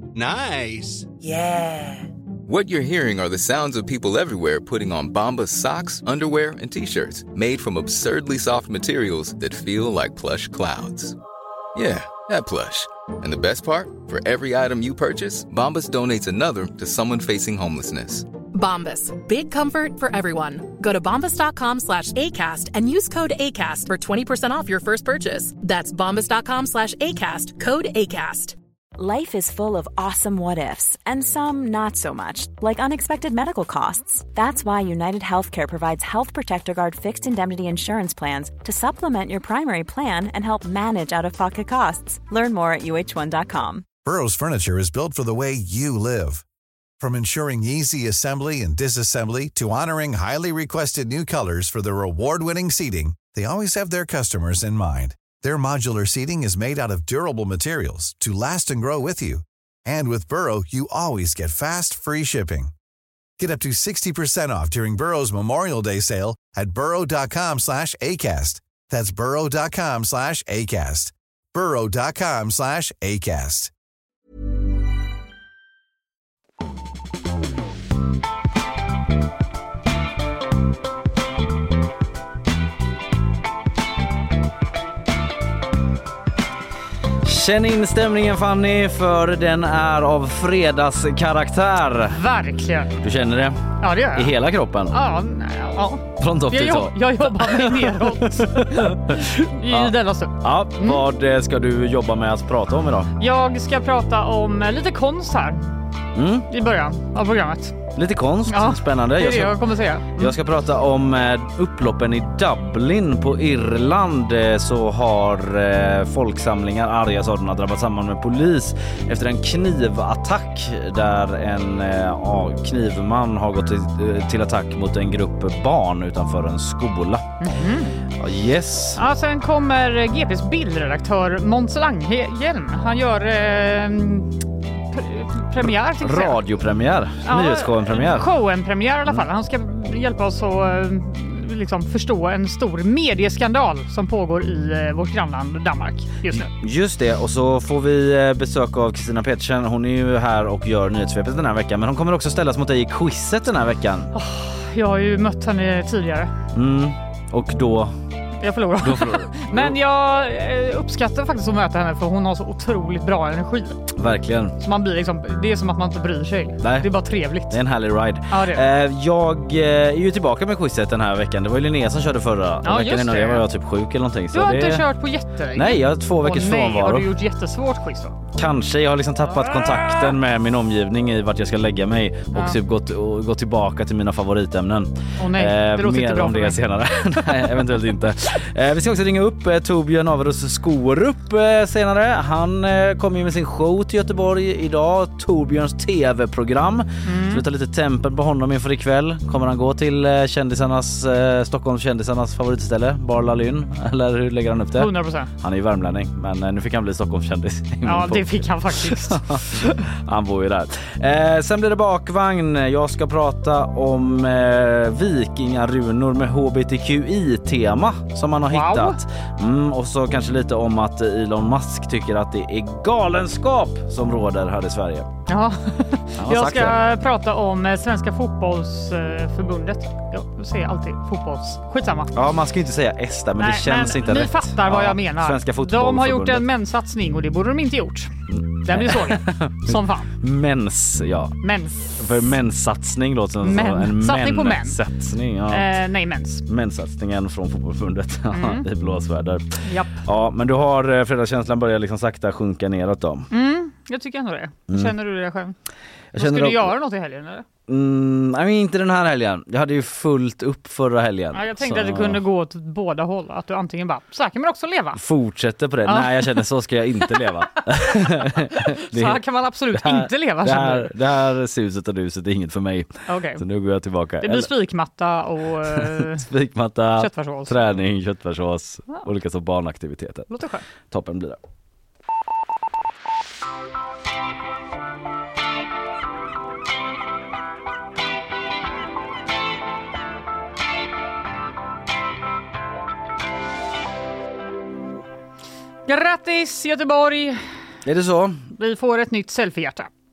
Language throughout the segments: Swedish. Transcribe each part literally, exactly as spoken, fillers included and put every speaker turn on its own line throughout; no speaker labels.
Nice.
Yeah.
What you're hearing are the sounds of people everywhere putting on Bombas socks, underwear, and T-shirts made from absurdly soft materials that feel like plush clouds. Yeah, that plush. And the best part? For every item you purchase, Bombas donates another to someone facing homelessness.
Bombas. Big comfort for everyone. Go to bombas.com slash ACAST and use code ACAST for twenty percent off your first purchase. That's bombas.com slash ACAST. Code ACAST.
Life is full of awesome what-ifs, and some not so much, like unexpected medical costs. That's why United Healthcare provides Health Protector Guard fixed indemnity insurance plans to supplement your primary plan and help manage out-of-pocket costs. Learn more at U H one dot com.
Burrow's furniture is built for the way you live. From ensuring easy assembly and disassembly to honoring highly requested new colors for their award-winning seating, they always have their customers in mind. Their modular seating is made out of durable materials to last and grow with you. And with Burrow, you always get fast, free shipping. Get up to sixty percent off during Burrow's Memorial Day sale at burrow.com slash ACAST. That's burrow.com slash ACAST. burrow.com slash ACAST.
Känn in stämningen, Fanny, för den är av fredagskaraktär.
Verkligen.
Du känner det?
Ja, det gör jag.
I hela kroppen?
Ja, ja.
Från topp till
jag,
tå.
jag jobbar mig neråt i
ja.
denna stund.
Ja, mm. Vad ska du jobba med att prata om idag?
Jag ska prata om lite konst här mm. i början av programmet.
Lite konst, ja, spännande.
Det är
jag, ska,
det jag kommer säga. Mm.
jag ska prata om upploppen i Dublin på Irland. Så har folksamlingar, arga sådana, drabbat samman med polis efter en knivattack där en ja, knivman har gått till, till attack mot en grupp barn utanför en skola. Mm-hmm. Ja, yes.
Ja, sen kommer G P:s bildredaktör Måns Langhjelm. Han gör... Eh, premiär till
radiopremiär, ja, nyhetsshowen-premiär.
Showen-premiär i alla fall. Han ska hjälpa oss att liksom förstå en stor medieskandal som pågår i vårt grannland Danmark just nu.
Just det, och så får vi besök av Kristina Petersen. Hon är ju här och gör nyhetssvepet den här veckan, men hon kommer också ställas mot dig i quizet den här veckan.
Oh, jag har ju mött henne tidigare.
Mm, och då...
Jag förlorar.
Då förlorar.
Men jag uppskattar faktiskt att möta henne för hon har så otroligt bra energi.
Verkligen.
Så man blir liksom, det är som att man inte bryr sig.
Nej.
Det är bara trevligt.
Det är en härlig ride.
Ja, det är.
Eh, jag är ju tillbaka med quizet den här veckan. Det var ju Linnea som körde förra
ja,
veckan innan det. var jag typ sjuk eller någonting.
Du har
så
inte
det...
kört på jättelänge.
Nej, jag har två veckors
Åh, nej,
frånvaro.
har du gjort jättesvårt quiz då?
Kanske, jag har liksom tappat kontakten med min omgivning i vart jag ska lägga mig och ja. typ gått, och gått tillbaka till mina favoritämnen.
Åh nej, det låter
mer
inte bra
om
för
det
mig.
senare. Nej, eventuellt inte. Eh, vi ska också ringa upp eh, Torbjörn Averus Skorup eh, senare. Han eh, kommer ju med sin show till Göteborg idag, Torbjörns tv-program. Mm. Så vi tar lite tempen på honom inför ikväll. Kommer han gå till eh, kändisarnas, eh, Stockholms kändisarnas favoritställe, Bar La Lune? Eller hur lägger han upp det?
hundra procent.
Han är ju värmlänning, men eh, nu fick han bli Stockholms kändis.
Ja, det fick han faktiskt.
Han bor ju där. Eh, sen blir det bakvagn. Jag ska prata om eh, vikingarunor med H B T Q I-tema som man har wow. hittat. Mm, och så kanske lite om att Elon Musk tycker att det är galenskap som råder här i Sverige.
Ja, jag ska
det.
prata om Svenska fotbollsförbundet. Jag säger alltid fotbolls. Skitsamma.
Ja, man ska ju inte säga S där, men
Nej,
det känns
men
inte
ni
rätt.
Ni fattar vad
ja,
jag menar.
Svenska
de har gjort en menssatsning och det borde de inte gjort. Mm. Den blir sågen. Som fan.
Mens, ja.
Mens.
För menssatsning låter som men. en
satsning på mens.
Satsning, ja.
Eh, nej, mens.
Menssatsningen från fotbollsförbundet
mm.
i blåsväder.
Japp.
Ja, men du har fredagskänslan börjar liksom sakta sjunka neråt då.
Mm, jag tycker ändå det. Mm. Känner du det själv?
Jag
Ska
du
då... göra något i helgen eller?
Mm, nej, inte den här helgen. Jag hade ju fullt upp förra helgen.
Ja, jag tänkte
så...
att det kunde gå åt båda håll. Att du antingen bara, så här kan man också leva.
Fortsätter på det. Ja. Nej, jag känner så ska jag inte leva.
det... Så här kan man absolut här, inte leva.
Det här, det här suset och duset är inget för mig.
Okay.
Så nu går jag tillbaka.
Det blir spikmatta och uh...
spikmatta,
köttfärssås.
Träning, köttfärssås, ja. Olika så barnaktiviteter.
Låter skönt.
Toppen blir det.
Grattis Göteborg!
Är det så?
Vi får ett nytt selfie-hjärta.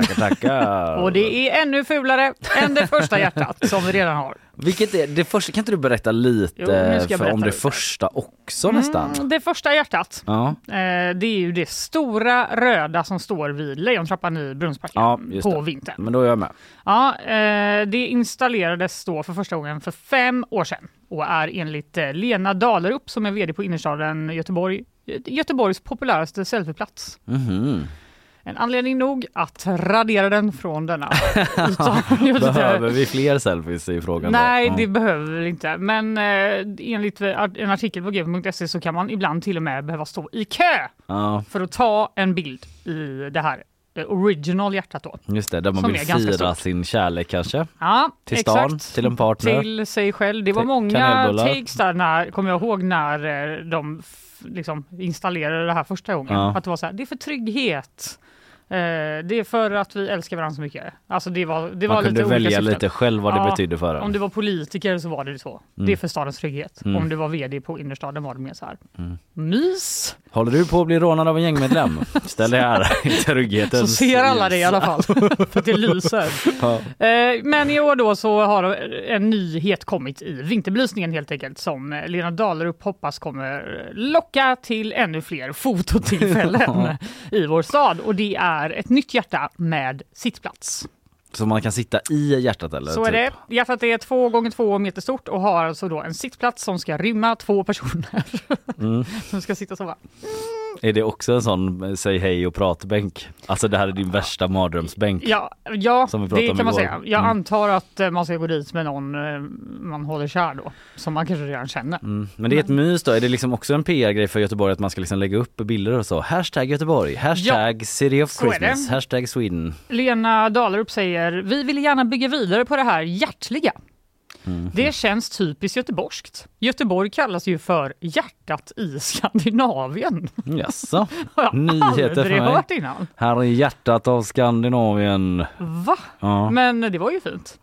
Tackar, tackar.
Och det är ännu fulare än det första hjärtat som vi redan har.
Vilket är det första? Kan inte du berätta lite
Jo, nu ska jag
för
berätta
om det
lite.
första också nästan?
Mm, det första hjärtat,
Ja.
eh, det är ju det stora röda som står vid Lejontrappan i Brunnsparken
Ja, just
på
det.
vintern.
Men då är jag med.
Ja, eh, det installerades då för första gången för fem år sedan och är enligt eh, Lena Dalerup som är vd på innerstaden Göteborg, Göteborgs populäraste selfieplats.
Mhm.
En anledning nog att radera den från denna yta. Jag vet inte.
Behöver vi fler selfies i frågan?
Nej,
då?
det behöver vi inte. Men eh, enligt en artikel på g v punkt se så kan man ibland till och med behöva stå i kö
Ja,
för att ta en bild i det här eh, original hjärtat då.
just det. Där man
Som
vill
är ganska
fira
stort.
sin kärlek kanske.
Ja,
Till stan,
exakt.
till en partner.
Till sig själv. Det var
Till
många
kanelbullar.
takes där när, kommer jag ihåg, när eh, de f- liksom installerade det här första gången.
Ja.
Att det var så här, det är för trygghet. Eh, det är för att vi älskar varandra så mycket. Alltså det var, det var
Man kunde
lite olika
välja
syften.
lite själv vad det
Ja,
betydde för
Om
en.
du var politiker så var det så.
Mm.
Det är för stadens trygghet.
Mm.
Om du var vd på innerstaden var det mer så här.
Mm.
Mys.
Håller du på att bli rånad av en gängmedlem? Ställ dig här i tryggheten.
Så ser alla det i alla fall. För att det lyser.
Ja.
Eh, men i år då så har en nyhet kommit i vinterbelysningen helt enkelt. Som eh, Lena Dalerup hoppas kommer locka till ännu fler fototillfällen i vår stad. Och det är ett nytt hjärta med sittplats.
Så man kan sitta i hjärtat eller?
Så är det. Hjärtat är två gånger två meter stort och har alltså då en sittplats som ska rymma två personer.
Mm.
Som ska sitta så va.
Är det också en sån säg hej och pratbänk? Alltså det här är din värsta mardrömsbänk.
Ja, ja
Som vi pratade
det
om
kan man
igår.
säga. Jag
Mm.
antar att eh, man ska gå dit med någon eh, man håller kär då. Som man kanske redan känner.
Mm. Men det är ett mys då. Är det liksom också en P R-grej för Göteborg att man ska liksom lägga upp bilder och så? Hashtag Göteborg, hashtag City of
så är
Christmas,
det.
hashtag Sweden.
Lena Dalerup säger, vi vill gärna bygga vidare på det här hjärtliga.
Mm.
Det känns typiskt göteborgskt. Göteborg kallas ju för hjärtat i Skandinavien.
Jaså?
Har jag
Nyheter för
aldrig
mig.
hört innan.
Här är hjärtat av Skandinavien.
Va?
Ja.
Men det var ju fint.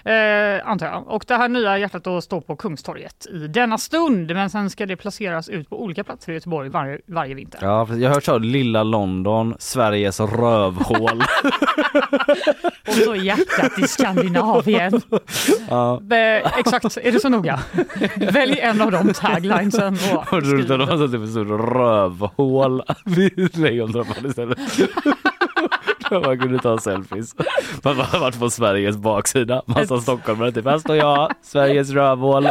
Eh, antar jag. Och det här nya hjärtat då står på Kungstorget i denna stund. Men sen ska det placeras ut på olika platser i Göteborg varje, varje vinter.
Ja, för jag har hört så lilla London, Sveriges rövhål.
Och så hjärtat i Skandinavien.
Ja.
Eh, exakt, är det så noga? Välj en av de taglinesen och
Och
skriv
då de
den.
har satt upp ett stort rövhål vid Lejontrappan istället. Då man kunde ta selfies. Man har varit på Sveriges baksida. Massa
Ett-
stockholmare typ. Här står jag, Sveriges rövhål.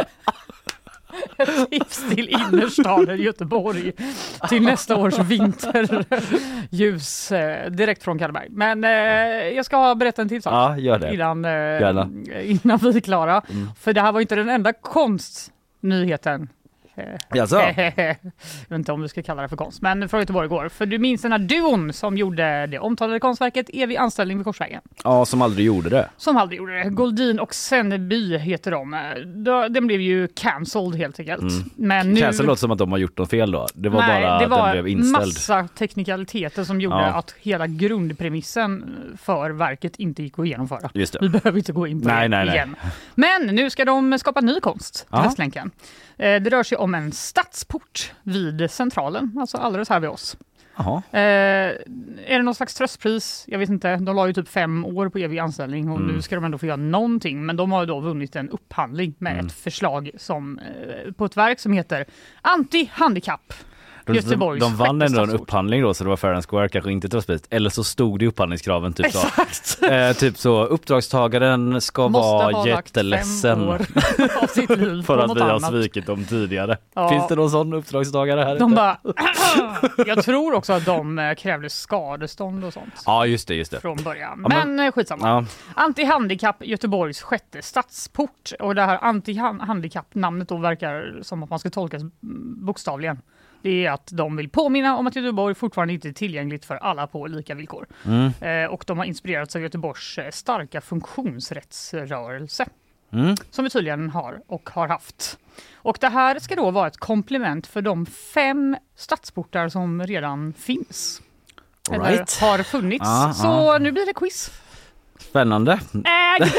Tips till innerstaden Göteborg till nästa års vinterljus eh, direkt från Kalleberg. Men eh, jag ska berätta en till sak
Ja, gör det.
innan, eh,
Gärna.
innan vi är klara.
Mm.
För det här var inte den enda konstnyheten.
Jaså?
Jag vet inte om du ska kalla det för konst, men från Göteborg igår. För du minns den här duon som gjorde det omtalade konstverket Evig anställning vid Korsvägen.
Ja, som aldrig gjorde det.
Som aldrig gjorde det. Goldin och Senneby heter de. Då- Den blev ju cancelled helt enkelt.
Mm.
Men nu...
Känns det låter som att de har gjort något fel då? Det var
Nej,
bara
det
att
var
den blev inställd.
massa teknikaliteter som gjorde
Ja.
att hela grundpremissen för verket inte gick att genomföra.
Just det.
Vi behöver inte gå in på
Nej,
det
nej, nej.
igen. Men nu ska de skapa ny konst till
Ja.
Västlänken. Eh, Det rör sig om en stadsport vid Centralen, alltså alldeles här vid oss.
Jaha.
Eh, är det någon slags tröstpris? Jag vet inte. De la ju typ fem år på evig anställning och
Mm.
nu ska de ändå få göra någonting. Men de har ju då vunnit en upphandling med
Mm.
ett förslag som, eh, på ett verk som heter Anti-handikapp.
De,
Göteborgs
de vann
sjätte
ändå en
stadsort.
upphandling då, så det var fair and square, kanske inte tröstpris. Eller så stod det i upphandlingskraven typ så.
Exakt.
Eh, typ så, uppdragstagaren ska
Måste ha
vara
lagt
jätteledsen
fem år av sitt liv
för
på
att
något
vi har
annat.
svikit dem tidigare.
Ja.
Finns det någon sån uppdragstagare här?
De
ute?
bara, jag tror också att de eh, krävde skadestånd och sånt
Ja, just det, just det.
från början.
Ja, men-
men eh, skitsamma.
Ja.
Anti-handikapp Göteborgs sjätte stadsport. Och det här anti-handikapp-namnet då verkar som att man ska tolkas mm, bokstavligen. Det är att de vill påminna om att Göteborg fortfarande inte är tillgängligt för alla på lika villkor.
Mm.
Eh, och de har inspirerats av Göteborgs eh, starka funktionsrättsrörelse.
Mm.
Som vi tydligen har och har haft. Och det här ska då vara ett komplement för de fem stadsportar som redan finns. Eller
Right.
har funnits.
Ja,
Så
ja.
nu blir det quiz.
Spännande.
Ägd!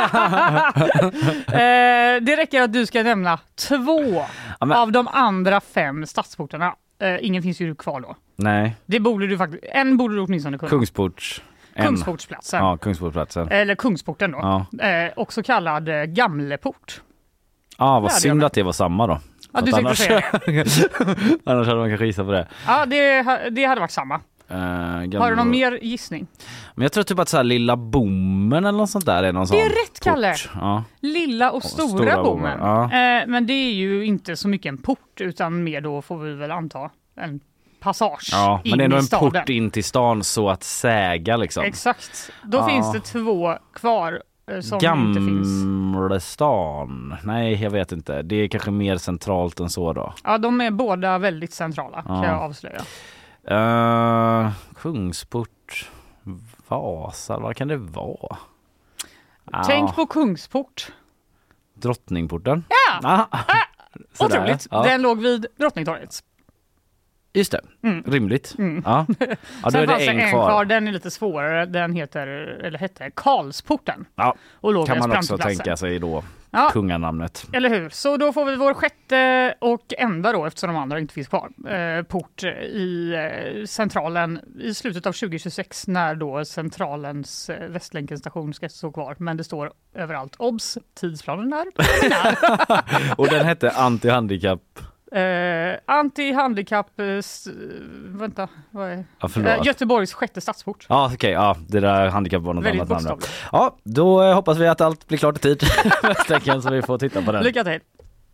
eh, det räcker att du ska nämna två
Ja, men-
av de andra fem stadsportarna. Eh, ingen finns ju kvar då.
Nej,
Det borde du faktiskt, en borde du åtminstone kunna.
Kungsport. En.
Kungsportsplatsen.
Ja, Kungsportsplatsen.
Eller Kungsporten då.
Ja.
Eh, också kallad eh, Gamleport.
Ja, ah, vad
det
synd
jag
att det var samma då.
Ja, du
annars,
säga
annars hade man kanske gissat på det.
Ja, det, det hade varit samma.
Uh, gamla...
Har du någon mer gissning?
Men jag tror typ att så här Lilla Bommen eller något sånt där är någon sån.
Det är rätt, Kalle.
Ja.
Lilla och, och stora, stora bommen.
Ja.
Eh, men det är ju inte så mycket en port utan mer då får vi väl anta en passage
ja,
in
men det är ändå en
staden.
port in till stan så att säga liksom.
Exakt. Då
ja.
finns det två kvar eh, som inte finns.
Gamlestan. Nej, jag vet inte. Det är kanske mer centralt än så då.
Ja, de är båda väldigt centrala
ja.
kan jag avslöja.
Uh, Kungsport, Vasa, vad kan det vara?
Tänk
ah.
på Kungsport.
Drottningporten.
Ja!
Ah.
Ah. Otroligt.
Ja.
Den låg vid Drottningtorget.
Just det,
mm.
rimligt.
Mm.
Ja. Ja, då
sen
är det
fanns
en
det en
kvar.
kvar, den är lite svårare. Den heter, eller hette Karlsporten.
Ja,
och låg
kan man också tänka sig då. Ja. Kunganamnet.
Eller hur? Så då får vi vår sjätte och enda då, eftersom de andra inte finns kvar, eh, port i eh, centralen i slutet av tjugo tjugosex när då centralens eh, Västlänkenstation ska stå kvar. Men det står överallt, obs, tidsplanen är.
Och den hette anti-handikapp.
Uh, anti-handikapp uh, s- vänta vad är
ja,
uh, Göteborgs sjätte stadsport.
Ja okej, okay, ja, det där handikapp var något
väldigt
annat namn. Ja, då uh, hoppas vi att allt blir klart i tid nästa så vi får titta på den.
Lycka till.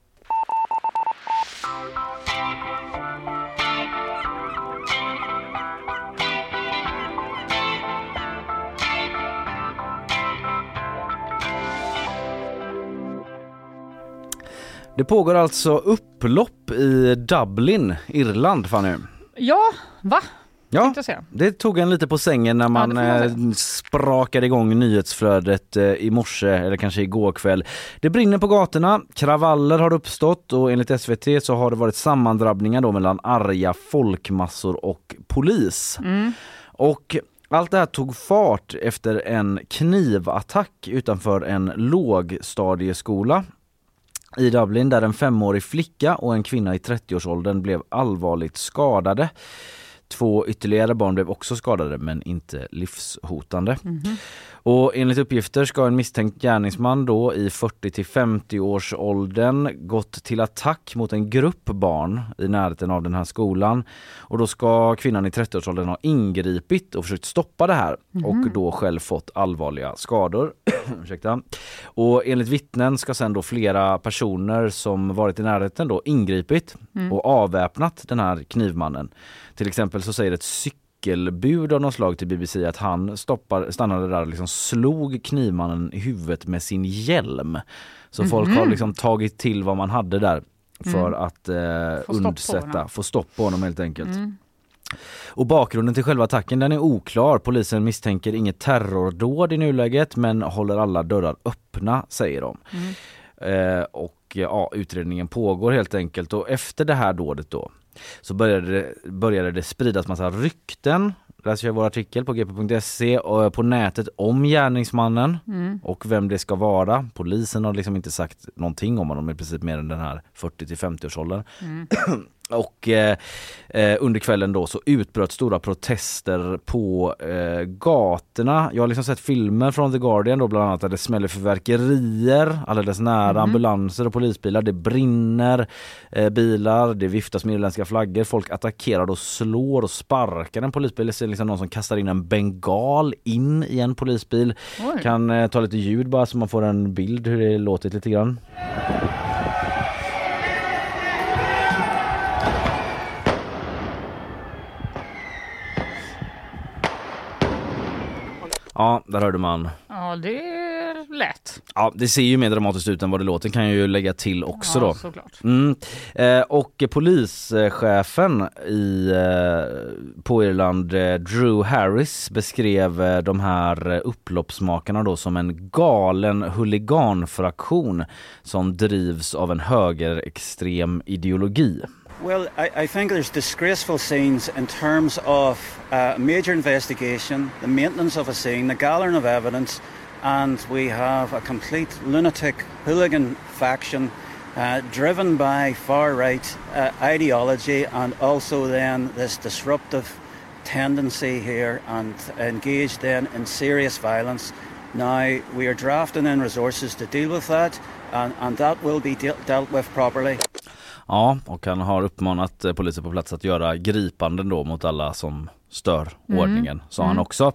Det pågår alltså upplopp i Dublin, Irland, Fanny.
Ja, va?
Ja, det tog en lite på sängen när man, ja, eh, sprakade igång nyhetsflödet eh, i morse eller kanske igår kväll. Det brinner på gatorna, kravaller har uppstått och enligt S V T så har det varit sammandrabbningar då mellan arga folkmassor och polis.
Mm.
Och allt det här tog fart efter en knivattack utanför en lågstadieskola i Dublin där en femårig flicka och en kvinna i trettioårsåldern blev allvarligt skadade. Två ytterligare barn blev också skadade men inte livshotande. Mm-hmm. Och enligt uppgifter ska en misstänkt gärningsman då i fyrtio till femtio års åldern gått till attack mot en grupp barn i närheten av den här skolan. Och då ska kvinnan i trettioårsåldern ha ingripit och försökt stoppa det här. Mm-hmm. Och då själv fått allvarliga skador. Ursäkta. Och enligt vittnen ska sen då flera personer som varit i närheten då ingripit mm. och avväpnat den här knivmannen. Till exempel så säger ett cykelbud av något slag till B B C att han stoppar, stannade där och liksom slog knivmannen i huvudet med sin hjälm. Så mm-hmm. folk har liksom tagit till vad man hade där för mm. att eh, få undsätta, stopp få stopp på honom helt enkelt. Mm. Och bakgrunden till själva attacken den är oklar. Polisen misstänker inget terrordåd i nuläget men håller alla dörrar öppna, säger de. Mm. Eh, och ja, utredningen pågår helt enkelt. Och efter det här dådet då så började det, började det spridas massa rykten. Läser jag vår artikel på g p punkt se och på nätet om gärningsmannen mm. och vem det ska vara. Polisen har liksom inte sagt någonting om honom i princip mer än den här fyrtio till femtio års åldern. Mm. Och eh, under kvällen då så utbröt stora protester på eh, gatorna. Jag har liksom sett filmer från The Guardian då bland annat där det smäller fyrverkerier alldeles nära mm. ambulanser och polisbilar. Det brinner eh, bilar, det viftas med irländska flaggor. Folk attackerar och slår och sparkar en polisbil. Det är liksom någon som kastar in en bengal in i en polisbil. Oj. Kan eh, ta lite ljud bara så man får en bild hur det låter lite grann. Ja, där hörde man.
Ja, det är lätt.
Ja, det ser ju mer dramatiskt ut än vad det låter, kan jag ju lägga till också
ja,
då.
Såklart.
Mm. Eh, och polischefen i, eh, på Irland, eh, Drew Harris, beskrev eh, de här upploppsmakarna då som en galen huliganfraktion som drivs av en högerextrem ideologi.
Well, I, I think there's disgraceful scenes in terms of a uh, major investigation, the maintenance of a scene, the gathering of evidence, and we have a complete lunatic hooligan faction uh, driven by far-right uh, ideology and also then this disruptive tendency here and engage then in serious violence. Now we are drafting in resources to deal with that, and, and that will be de- dealt with properly.
Ja, och han har uppmanat polisen på plats att göra gripanden då mot alla som stör mm. ordningen, sa han också.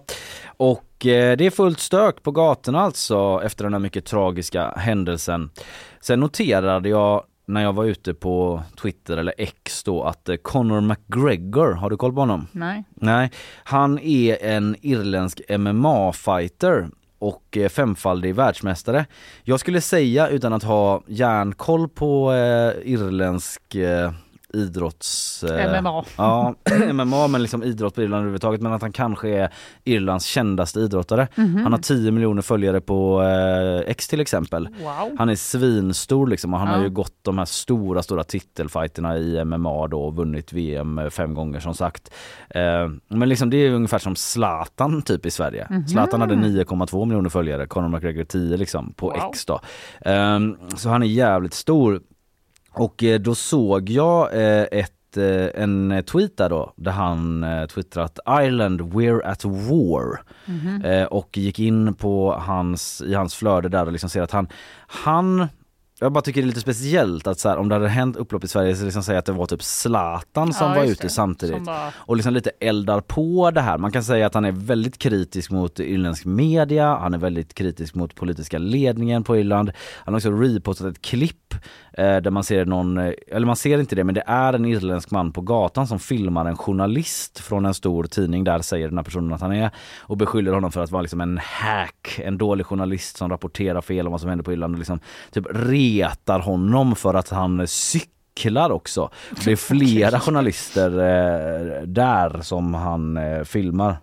Och eh, det är fullt stök på gatorna alltså efter den här mycket tragiska händelsen. Sen noterade jag när jag var ute på Twitter eller X då att eh, Conor McGregor, har du koll på honom?
Nej.
Nej, han är en irländsk M M A-fighter och eh, femfaldig världsmästare. Jag skulle säga, utan att ha järnkoll på eh, irländsk eh, idrotts... Eh,
M M A.
Ja, M M A, men liksom idrott på Irland överhuvudtaget, men att han kanske är Irlands kändaste idrottare. Mm-hmm. Han har tio miljoner följare på eh, X till exempel.
Wow.
Han är svinstor liksom, och han
ja.
har ju gått de här stora, stora titelfighterna i M M A då och vunnit V M fem gånger som sagt. Eh, men liksom det är ungefär som Zlatan typ i Sverige. Mm-hmm. Zlatan hade nio komma två miljoner följare, Conor McGregor tio liksom på wow. X då. Eh, så han är jävligt stor. Och då såg jag ett, en tweet där då, där han twittrat Ireland, we're at war. Mm-hmm. Och gick in på hans, i hans flöde där och liksom ser att han, han jag bara tycker det är lite speciellt att så här, om det hade hänt upplopp i Sverige så liksom säga att det var typ Zlatan som ja, var ute det. samtidigt bara... och liksom lite eldar på det här. Man kan säga att han är väldigt kritisk mot irländsk media, han är väldigt kritisk mot politiska ledningen på Irland. Han har också repostat ett klipp eh, där man ser någon, eller man ser inte det, men det är en irländsk man på gatan som filmar en journalist från en stor tidning, där säger den här personen att han är, och beskyller honom för att vara liksom en hack, en dålig journalist som rapporterar fel om vad som händer på Irland och liksom typ retar honom för att han cyklar också. Det är flera journalister eh, där som han eh, filmar.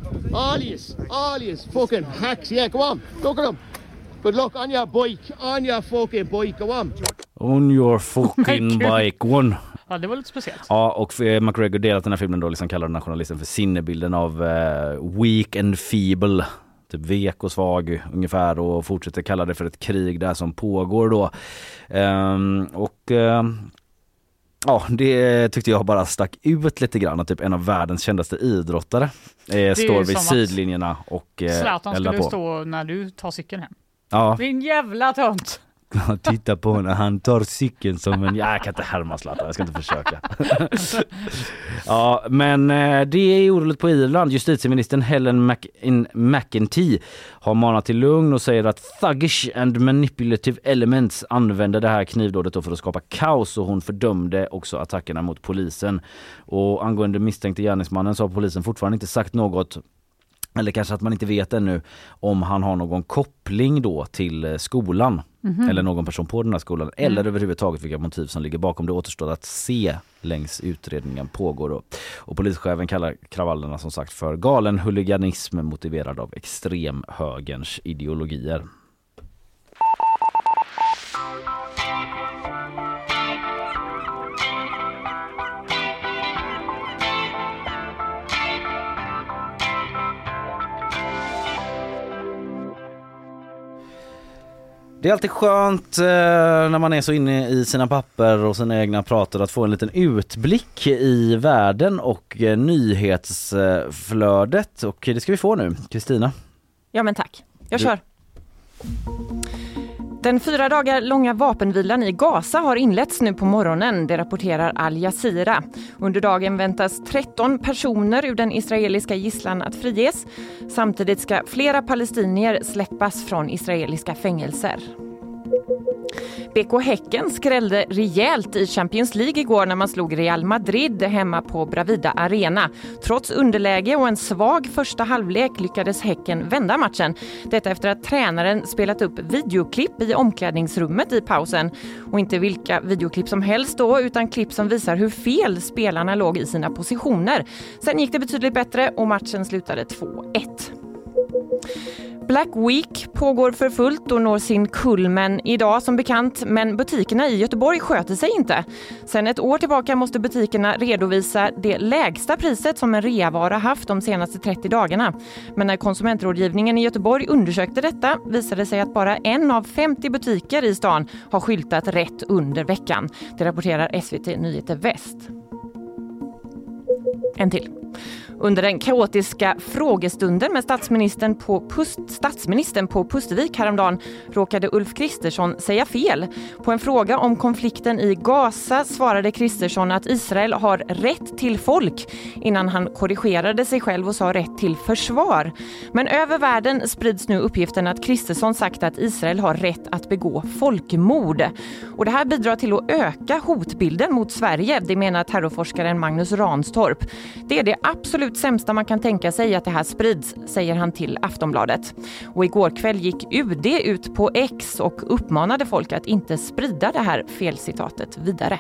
Alias, alias, fucking hacks, yeah, go on, look at them. Good luck on your bike, on your fucking bike, go on.
On your fucking bike, one.
Ja, det var lite speciellt.
Ja, och McGregor delat den här filmen då liksom kallar den här journalisten för sinnebilden av eh, weak and feeble. Typ vek och svag ungefär, och fortsätter kalla det för ett krig där som pågår då. Um, och um, ja, det tyckte jag bara stack ut lite grann. Typ en av världens kändaste idrottare eh, står vid sidlinjerna och eh,
Zlatan
eldar
skulle
på.
stå när du tar cykeln hem.
Ja.
Din jävla tönt.
Titta på när han tar cykeln som en... Ja, jag kan inte härma Zlatan, jag ska inte försöka. Ja, men eh, det är oroligt på Irland. Justitieministern Helen Mac- McEntee har manat till lugn och säger att thuggish and manipulative elements använder det här knivdådet då för att skapa kaos, och hon fördömde också attackerna mot polisen. Och angående misstänkte gärningsmannen så har polisen fortfarande inte sagt något, eller kanske att man inte vet ännu om han har någon koppling då till skolan. Mm-hmm. Eller någon person på den här skolan. Mm. Eller överhuvudtaget vilka motiv som ligger bakom. Det återstår att se längs utredningen pågår då. Och polischefen kallar kravallerna som sagt för galen huliganism motiverad av extremhögerns ideologier. Det är alltid skönt eh, när man är så inne i sina papper och sina egna prater att få en liten utblick i världen och eh, nyhetsflödet. Och det ska vi få nu. Kristina.
Ja men tack. Jag kör. Den fyra dagar långa vapenvilan i Gaza har inletts nu på morgonen, det rapporterar Al Jazeera. Under dagen väntas tretton personer ur den israeliska gisslan att friges. Samtidigt ska flera palestinier släppas från israeliska fängelser. B K Häcken skrällde rejält i Champions League igår när man slog Real Madrid hemma på Bravida Arena. Trots underläge och en svag första halvlek lyckades Häcken vända matchen. Detta efter att tränaren spelat upp videoklipp i omklädningsrummet i pausen. Och inte vilka videoklipp som helst då, utan klipp som visar hur fel spelarna låg i sina positioner. Sen gick det betydligt bättre och matchen slutade två ett. Black Week pågår för fullt och når sin kulmen idag som bekant, men butikerna i Göteborg sköter sig inte. Sen ett år tillbaka måste butikerna redovisa det lägsta priset som en reavara haft de senaste trettio dagarna. Men när konsumentrådgivningen i Göteborg undersökte detta visade det sig att bara en av femtio butiker i stan har skyltat rätt under veckan. Det rapporterar S V T Nyheter Väst. En till. Under den kaotiska frågestunden med statsministern på, Pust, statsministern på Pustervik häromdagen råkade Ulf Kristersson säga fel. På en fråga om konflikten i Gaza svarade Kristersson att Israel har rätt till folk innan han korrigerade sig själv och sa rätt till försvar. Men över världen sprids nu uppgiften att Kristersson sagt att Israel har rätt att begå folkmord. Och det här bidrar till att öka hotbilden mot Sverige, det menar terrorforskaren Magnus Ranstorp. Det är det absolut sämsta man kan tänka sig att det här sprids, säger han till Aftonbladet. Och igår kväll gick U D ut på X och uppmanade folk att inte sprida det här felcitatet vidare.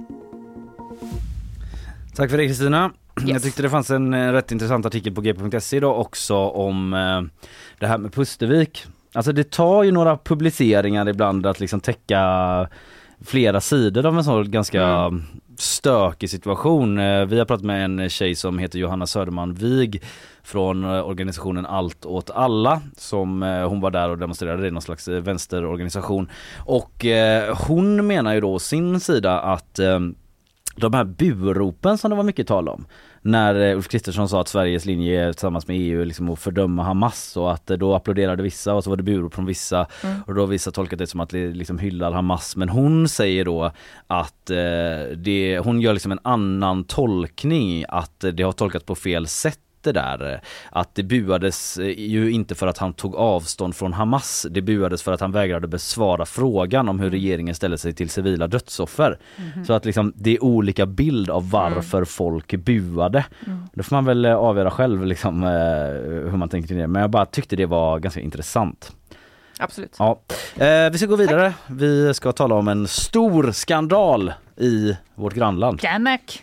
Tack för det, Kristina.
Yes.
Jag tyckte det fanns en eh, rätt intressant artikel på g p punkt se idag också om eh, det här med Pustervik. Alltså det tar ju några publiceringar ibland att liksom täcka flera sidor av en sån ganska mm. stökig situation. Eh, vi har pratat med en tjej som heter Johanna Söderman Wig från eh, organisationen Allt åt alla, som eh, hon var där och demonstrerade, det är någon slags eh, vänsterorganisation. Och eh, hon menar ju då sin sida att eh, de här buropen som det var mycket tal om när Ulf Kristersson sa att Sveriges linje tillsammans med E U liksom att fördöma Hamas, och att då applåderade vissa och så var det burop från vissa mm. och då vissa tolkat det som att det liksom hyllar Hamas. Men hon säger då att eh, det, hon gör liksom en annan tolkning, att det har tolkat på fel sätt där, att det buades ju inte för att han tog avstånd från Hamas, det buades för att han vägrade besvara frågan om hur regeringen ställer sig till civila dödsoffer. Mm-hmm. Så att liksom det är olika bild av varför mm. folk buade. Mm. Det får man väl avgöra själv liksom, hur man tänker det, men jag bara tyckte det var ganska intressant.
Absolut.
Ja. Eh, vi ska gå vidare. Tack. Vi ska tala om en stor skandal i vårt grannland.
Danmark.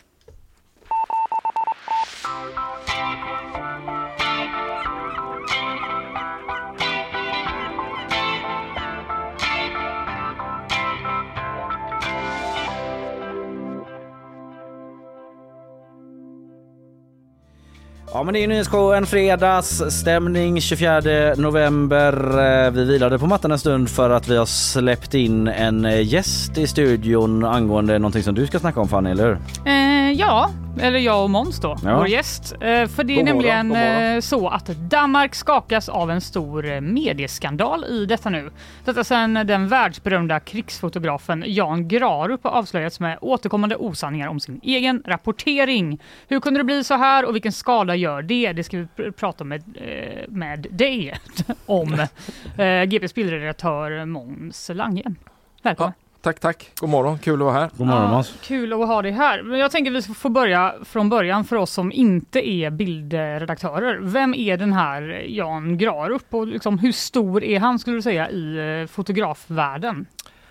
Ja, men det är ju nyhetsshow en fredagsstämning tjugofjärde november. Vi vilade på mattan en stund för att vi har släppt in en gäst i studion angående någonting som du ska snacka om, Fanny, eller hur?
Eh, ja, eller jag och Måns då, ja. Vår gäst. Eh, för det är
god
nämligen
morgon,
eh, så att Danmark skakas av en stor medieskandal i detta nu. Detta sedan den världsberömda krigsfotografen Jan Grarup har avslöjats med återkommande osanningar om sin egen rapportering. Hur kunde det bli så här och vilken skada gör det? Det ska vi pr- prata med, eh, med dig om. Eh, G P:s bildredaktör Måns Lange. Välkommen.
Ja. Tack, tack. God morgon. Kul att vara här.
God morgon, Måns.
Ja, kul att ha dig här. Men jag tänker att vi får börja från början för oss som inte är bildredaktörer. Vem är den här Jan Grarup och liksom, hur stor är han, skulle du säga, i fotografvärlden?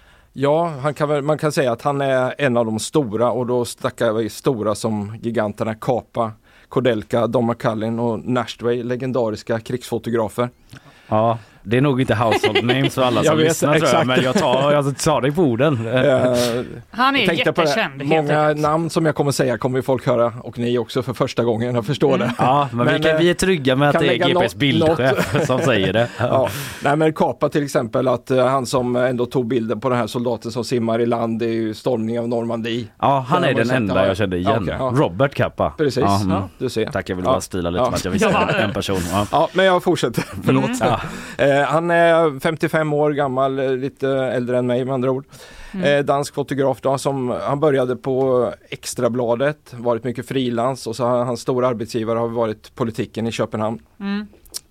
Ja, han kan väl, man kan säga att han är en av de stora, och då snackar vi stora som giganterna Kapa, Kodelka, Don McCullin och Nashtway, legendariska krigsfotografer.
Ja, det är nog inte household names för alla som
vet,
lyssnar, tror jag, men jag tar, jag tar dig på orden.
Uh,
Han är jättekänd.
Många namn som jag kommer säga kommer folk höra, och ni också för första gången, jag förstår mm. det.
Ja, men, men vi, kan, vi är trygga med att det är G P:s bildchef som säger det.
Ja. Nej, men Kapa till exempel, att uh, han som ändå tog bilden på den här soldaten som simmar i land, det är ju stormningen av Normandie.
Ja, han är den enda här. Jag kände igen. Okay, ja. Robert Kappa.
Precis,
ja, mm.
ja, du ser.
Tack, jag vill
ja.
bara stila lite
ja.
för att jag visste ja. en person. Ja.
ja, men jag fortsätter. Förlåt. Mm. Ja. Uh, han är femtiofem år gammal, lite äldre än mig med andra ord. Mm. Eh, dansk fotograf då, som han började på Extrabladet, varit mycket frilans, och så har hans stora arbetsgivare har varit politiken i Köpenhamn. Mm.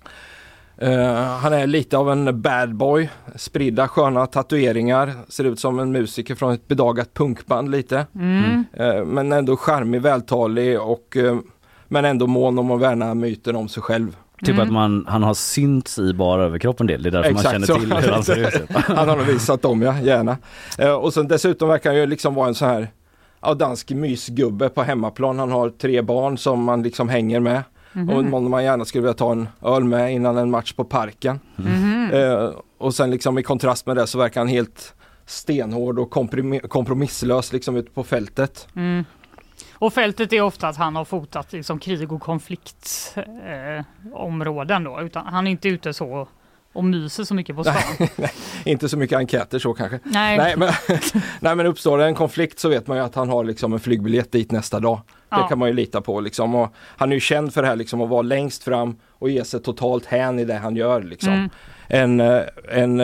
Eh, han är lite av en bad boy, spridda sköna tatueringar, ser ut som en musiker från ett bedagat punkband lite. Mm. Eh, men ändå charmig, vältalig och eh, men ändå mån om att värna myten om sig själv.
Typ mm. att man, han har synts i bara överkroppen del. Det är därför exakt, man känner till
så.
hur han ser ut.
Han har visat dem, ja, gärna. Eh, och sen dessutom verkar han ju liksom vara en så här ja, dansk mysgubbe på hemmaplan. Han har tre barn som man liksom hänger med. Mm-hmm. Och någon man gärna skulle vilja ta en öl med innan en match på parken. Mm-hmm. Eh, och sen liksom i kontrast med det så verkar han helt stenhård och komprom- kompromisslös liksom ute på fältet.
Mm. Och fältet är ofta att han har fotat liksom krig- och konfliktområden eh, då, utan han är inte ute så och myser så mycket på stan.
Nej, nej, inte så mycket enkäter så kanske.
Nej.
Nej, men, nej, men uppstår det en konflikt så vet man ju att han har liksom en flygbiljett dit nästa dag. Ja. Det kan man ju lita på liksom. Och han är ju känd för det här liksom, att vara längst fram och ge sig totalt hän i det han gör liksom. Mm. En, en,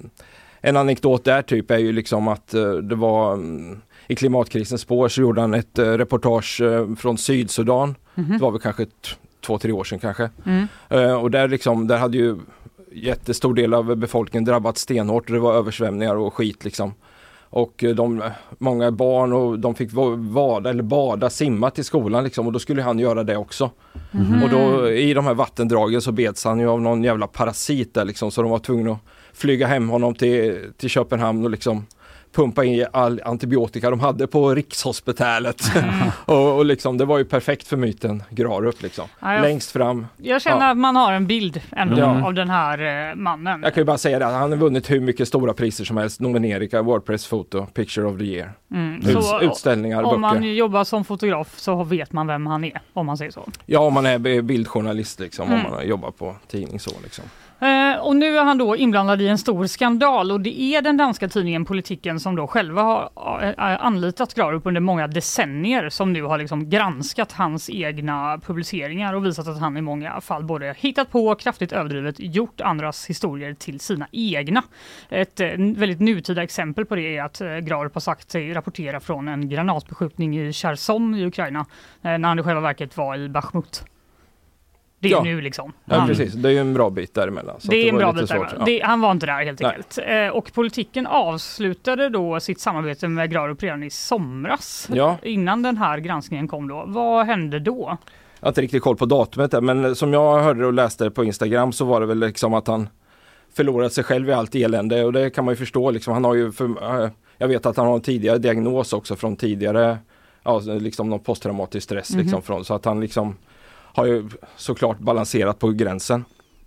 en anekdot där typ är ju liksom att det var i klimatkrisens spår så gjorde han ett reportage från Sydsudan. Mm. Det var väl kanske t- två, tre år sedan kanske. Mm. Och där liksom, där hade ju jättestor del av befolkningen drabbats stenhårt. Det var översvämningar och skit liksom. Och de, många barn och de fick vada eller bada, simma till skolan liksom, och då skulle han göra det också. Mm. Och då i de här vattendragen så beds han ju av någon jävla parasit där liksom, så de var tvungna att flyga hem honom till, till Köpenhamn och liksom pumpa in all antibiotika de hade på Rikshospitalet. Mm. och, och liksom, det var ju perfekt för myten Grarup liksom. Ja, jag, Längst fram.
Jag känner ja. att man har en bild ändå mm. av den här eh, mannen.
Jag kan ju bara säga det, han har vunnit hur mycket stora priser som helst. Nomineringar, Wordpress Photo, Picture of the Year. Mm. Ut, så, utställningar,
om
böcker.
Om man jobbar som fotograf så vet man vem han är, om man säger så.
Ja, om man är bildjournalist liksom, mm. om man jobbar på tidning så liksom.
Eh, och nu är han då inblandad i en stor skandal, och det är den danska tidningen Politiken som då själva har uh, anlitat Grarup under många decennier, som nu har liksom granskat hans egna publiceringar och visat att han i många fall både hittat på, kraftigt överdrivet, gjort andras historier till sina egna. Ett uh, väldigt nutida exempel på det är att uh, Grarup har sagt sig rapportera från en granatbeskjutning i Cherson i Ukraina, uh, när han i själva verket var i Bachmut. Det är ja. nu liksom.
Ja, han, precis. Det är ju en bra bit däremellan. Så
det är
det
en
var
bra
lite
bit
svårt,
ja. det, Han var inte där helt enkelt. Eh, och Politiken avslutade då sitt samarbete med Grarup redan i somras.
Ja.
Innan den här granskningen kom då. Vad hände då?
Jag har inte riktigt koll på datumet där, men som jag hörde och läste på Instagram så var det väl liksom att han förlorat sig själv i allt elände, och det kan man ju förstå. Liksom. Han har ju för, jag vet att han har en tidigare diagnos också från tidigare, ja, liksom någon posttraumatisk stress mm-hmm. liksom, från, så att han liksom har ju såklart balanserat på gränsen.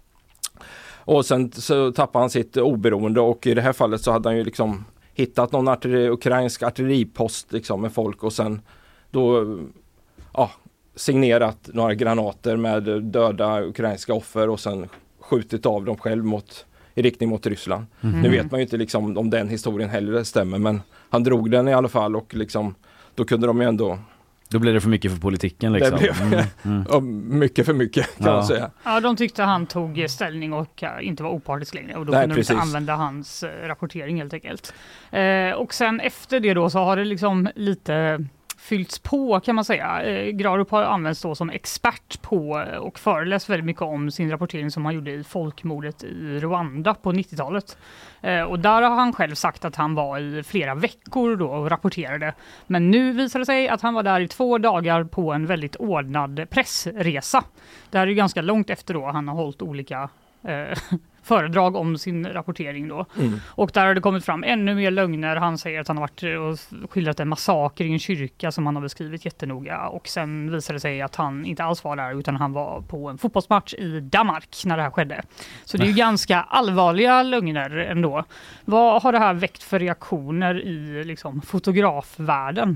Och sen så tappade han sitt oberoende, och i det här fallet så hade han ju liksom hittat någon artilleri, ukrainsk artilleripost liksom med folk, och sen då ja, signerat några granater med döda ukrainska offer och sen skjutit av dem själv mot, i riktning mot Ryssland. Mm. Nu vet man ju inte liksom om den historien heller stämmer, men han drog den i alla fall, och liksom då kunde de ju ändå.
Då blev det för mycket för politiken liksom.
Det blev mm. Mm. mycket för mycket kan
ja.
man säga.
Ja, de tyckte han tog ställning och inte var opartisk längre, och då Nej, kunde precis. de inte använda hans rapportering helt enkelt. Eh, och sen efter det då så har det liksom lite fyllts på, kan man säga. Eh, Grarup har använts då som expert på och föreläst väldigt mycket om sin rapportering som han gjorde i folkmordet i Rwanda på nittiotalet. Eh, och där har han själv sagt att han var i flera veckor då och rapporterade. Men nu visar det sig att han var där i två dagar på en väldigt ordnad pressresa. Det här är ju ganska långt efter då han har hållit olika eh, föredrag om sin rapportering då. Mm. Och där har det kommit fram ännu mer lögner. Han säger att han har varit och skildrat en massaker i en kyrka som han har beskrivit jättenoga. Och sen visade det sig att han inte alls var där, utan han var på en fotbollsmatch i Danmark när det här skedde. Så det är ju ganska allvarliga lögner ändå. Vad har det här väckt för reaktioner i liksom fotografvärlden?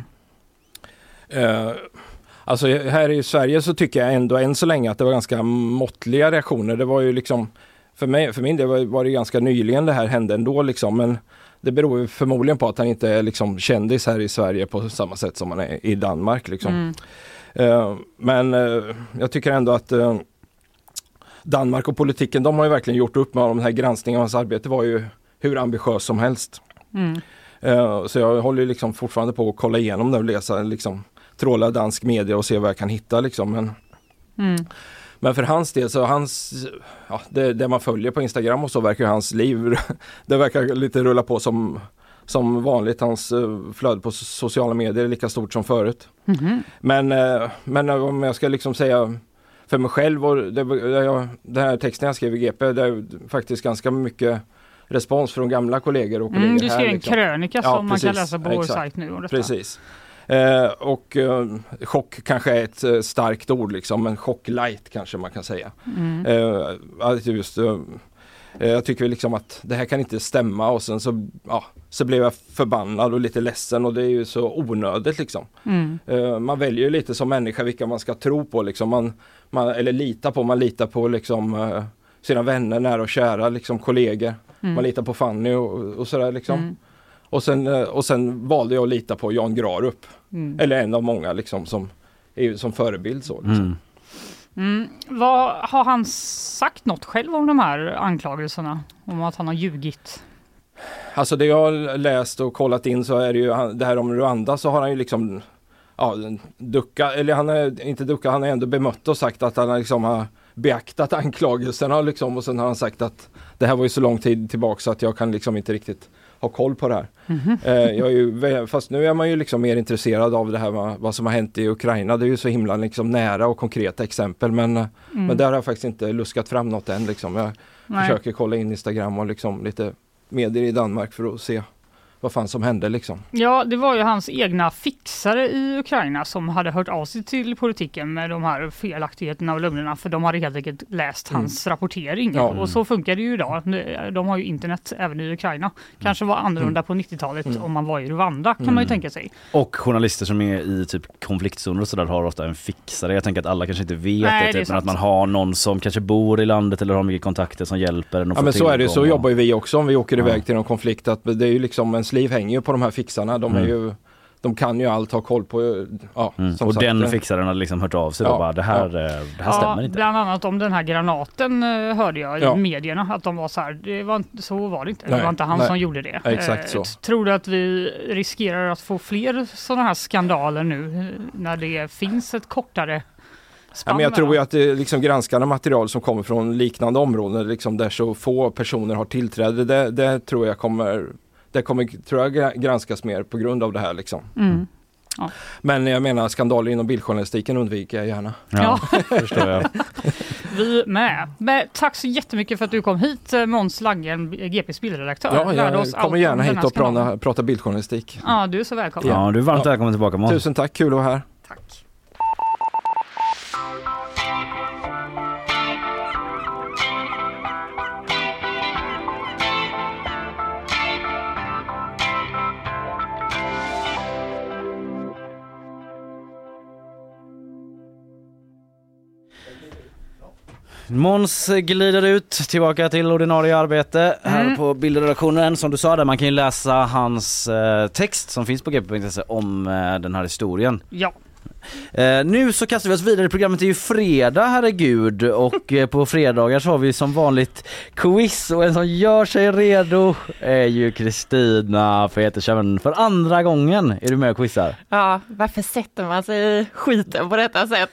Uh, alltså här i Sverige så tycker jag ändå än så länge att det var ganska måttliga reaktioner. Det var ju liksom För mig, för min del var, var det ganska nyligen det här hände ändå liksom, men det beror ju förmodligen på att han inte är liksom kändis här i Sverige på samma sätt som han är i Danmark liksom. Mm. Uh, men uh, jag tycker ändå att uh, Danmark och politiken, de har ju verkligen gjort upp med den här granskningen. Hans arbete var ju hur ambitiös som helst. Mm. Uh, så jag håller liksom fortfarande på att kolla igenom det och läsa liksom, tråla dansk media och se vad jag kan hitta liksom, men mm. Men för hans del så hans, ja, det, det man följer på Instagram och så verkar hans liv, det verkar lite rulla på som, som vanligt. Hans flöde på sociala medier är lika stort som förut. Mm-hmm. Men, men om jag ska liksom säga för mig själv, och det, det, det här texten jag skrev i G P, det är faktiskt ganska mycket respons från gamla kollegor och kollegor.
Mm, du skrev
här,
en
liksom.
krönika som ja, man kan läsa på vår sajt nu. Och
precis. Eh, och eh, chock kanske är ett eh, starkt ord liksom, men chock light kanske man kan säga. Mm. Eh, just, eh, jag tycker liksom att det här kan inte stämma, och sen så, ja, så blev jag förbannad och lite ledsen, och det är ju så onödigt liksom. Mm. Eh, man väljer ju lite som människa vilka man ska tro på liksom, man, man, eller lita på, man litar på liksom eh, sina vänner, nära och kära, liksom kollegor. Mm. Man litar på Fanny och, och sådär liksom. Mm. Och sen, och sen valde jag att lita på Jan Grarup. Mm. Eller en av många liksom, som är ju som förebild så. Liksom.
Mm.
Mm. Vad, har han sagt något själv om de här anklagelserna? Om att han har ljugit?
Alltså det jag har läst och kollat in så är det ju det här om Rwanda, så har han ju liksom ja, ducka, eller han är inte ducka, han är ändå bemött och sagt att han liksom har beaktat anklagelserna liksom, och sen har han sagt att det här var ju så lång tid tillbaka så att jag kan liksom inte riktigt ha koll på det här. Mm-hmm. Eh, jag är ju, fast nu är man ju liksom mer intresserad av det här med vad som har hänt i Ukraina. Det är ju så himla liksom nära och konkreta exempel, men, mm. men där har jag faktiskt inte luskat fram något än liksom. Jag Nej. försöker kolla in Instagram och liksom lite medier i Danmark för att se vad fan som hände liksom.
Ja, det var ju hans egna fixare i Ukraina som hade hört av sig till politiken med de här felaktigheterna och lögnerna, för de hade helt enkelt läst mm. hans rapportering. Ja. Och så funkar det ju idag. De har ju internet även i Ukraina. Kanske var annorlunda mm. på nittiotalet mm. om man var i Rwanda, kan mm. man ju tänka sig.
Och journalister som är i typ konfliktzoner och sådär har ofta en fixare. Jag tänker att alla kanske inte vet Nej, det, typ, det men att man har någon som kanske bor i landet eller har mycket kontakter som hjälper en.
Ja, men så är det. Så och... jobbar ju vi också om vi åker ja. iväg till någon konflikt. Att det är ju liksom ens liv hänger ju på de här fixarna. De, är mm. ju, de kan ju allt ha koll på. Ja,
mm.
som
och
sagt,
den fixaren har liksom hört av sig. Ja, och bara, det här, ja. det här stämmer
ja,
inte.
Bland annat om den här granaten hörde jag
ja.
i medierna. Att de var så här, det var inte, så var det inte.
Nej,
det var inte han
nej.
som gjorde det.
Ja, exakt så.
Tror du att vi riskerar att få fler sådana här skandaler nu när det finns ett kortare
Ja, men jag tror ju att det liksom granskande material som kommer från liknande områden liksom där så få personer har tillträde, det, det tror jag kommer det kommer tror jag granskas mer på grund av det här liksom.
Mm. Ja.
Men jag menar, skandaler inom bildjournalistiken undviker jag gärna.
Ja, förstår jag.
Vi med. Men tack så jättemycket för att du kom hit, Måns Langen, G P:s bildredaktör.
Ja, jag kommer gärna hit och prata, prata bildjournalistik.
Ja, du är så välkommen.
Ja, du är varmt
ja.
välkommen tillbaka, Måns.
Tusen tack, kul att vara här.
Tack.
Måns glider ut tillbaka till ordinarie arbete här mm. på bildredaktionen. Som du sa där, man kan ju läsa hans eh, text som finns på g p punkt se om eh, den här historien.
Ja.
Eh, nu så kastar vi oss vidare. Programmet är ju fredag, herregud. Och eh, på fredagar så har vi som vanligt quiz. Och en som gör sig redo är ju Kristina Petersen för andra gången. Är du med och quizar?
Ja, varför sätter man sig i skiten på detta sätt?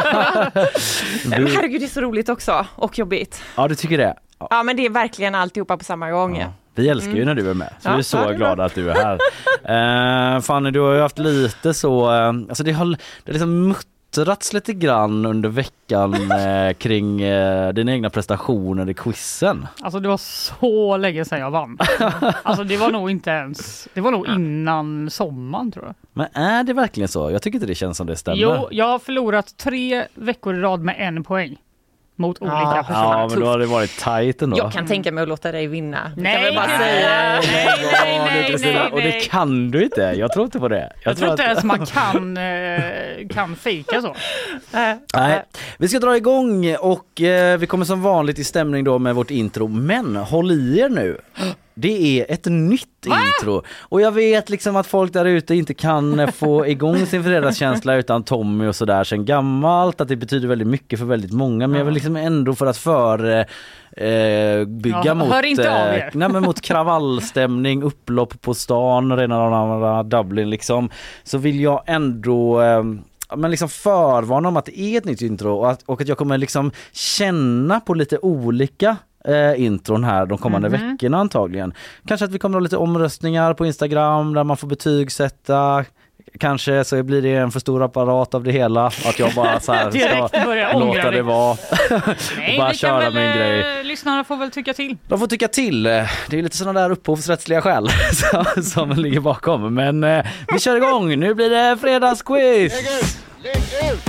Men herregud, det är så roligt också. Och jobbigt.
Ja, du tycker det?
Ja, ja men det är verkligen alltihopa på samma gång. Ja.
Vi älskar ju när du är med. Så
ja,
vi är så
ja, är
glada
bra.
att du är här. uh, Fanny, du har ju haft lite så... Uh, alltså det har, det har liksom muttrats lite grann under veckan uh, kring uh, dina egna prestationer i quizen.
Alltså det var så länge sedan jag vann. Alltså det var nog inte ens... Det var nog innan sommaren, tror jag.
Men är det verkligen så? Jag tycker inte det känns som det stämmer.
Jo, jag har förlorat tre veckor i rad med en poäng. Mot olika
ja,
personer.
Ja, men då har det varit tajt ändå.
Jag kan tänka mig att låta dig vinna.
Nej,
kan väl bara
nej,
säga.
nej, nej, nej, nej, nej.
Och det kan du inte. Jag tror inte på det.
Jag, jag tror inte att... ens man kan, eh, kan fejka så.
Nej, vi ska dra igång och eh, vi kommer som vanligt i stämning då med vårt intro. Men håll i er nu. Det är ett nytt ah! intro. Och jag vet liksom att folk där ute inte kan få igång sin fredagskänsla utan Tommy och sådär sen gammalt. Att det betyder väldigt mycket för väldigt många. Men jag vill liksom ändå för att för... Eh, bygga ja, mot, eh, nej, men mot kravallstämning, upplopp på stan, rena Dublin liksom. Så vill jag ändå... Eh, men liksom förvarna om att det är ett nytt intro och att, och att jag kommer liksom känna på lite olika eh, intron här de kommande mm-hmm. veckorna antagligen. Kanske att vi kommer att ha lite omröstningar på Instagram där man får betygsätta. Kanske så blir det en för stor apparat av det hela. Att jag bara så här ska låta det vara.
Nej,
och bara köra väl, min grej.
Lyssnarna får väl tycka till.
De får tycka till. Det är lite sådana där upphovsrättsliga skäl som, som ligger bakom. Men eh, vi kör igång. Nu blir det fredagsquiz.
Lägg ut!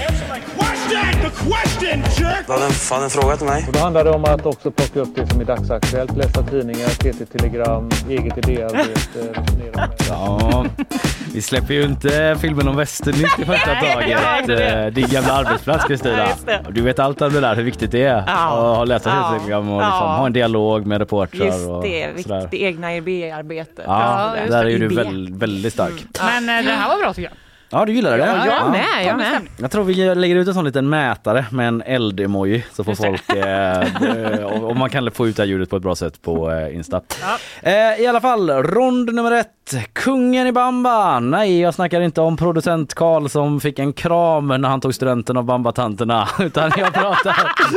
Du hade en, fan en fråga till mig.
Och då handlar det om att också plocka upp det som är dagsaktuellt. Läsa tidningar, T T-telegram, eget idéarbete.
Ja, vi släpper ju inte filmen om Västernytt i första taget. Din gamla arbetsplats, Kristina. Du vet allt om det där, hur viktigt det är. Ja. Att läsa ja. telegram och liksom, ja. ha en dialog med reportrar.
Just det, viktigt, det egna I B-arbetet.
Ja, ja, där är ju du väldigt, väldigt stark.
Mm. Men det här var bra tycker jag.
Ja, du gillar det?
Ja, jag
ja.
med, jag med.
Jag tror vi lägger ut en sån liten mätare med en eld-emoji så får folk eh, och man kan få ut det här ljudet på ett bra sätt på eh, Insta. Ja. Eh, I alla fall, rond nummer ett. Kungen i Bamba. Nej, jag snackar inte om producent Karl som fick en kram när han tog studenten av Bambatanterna, utan jag pratar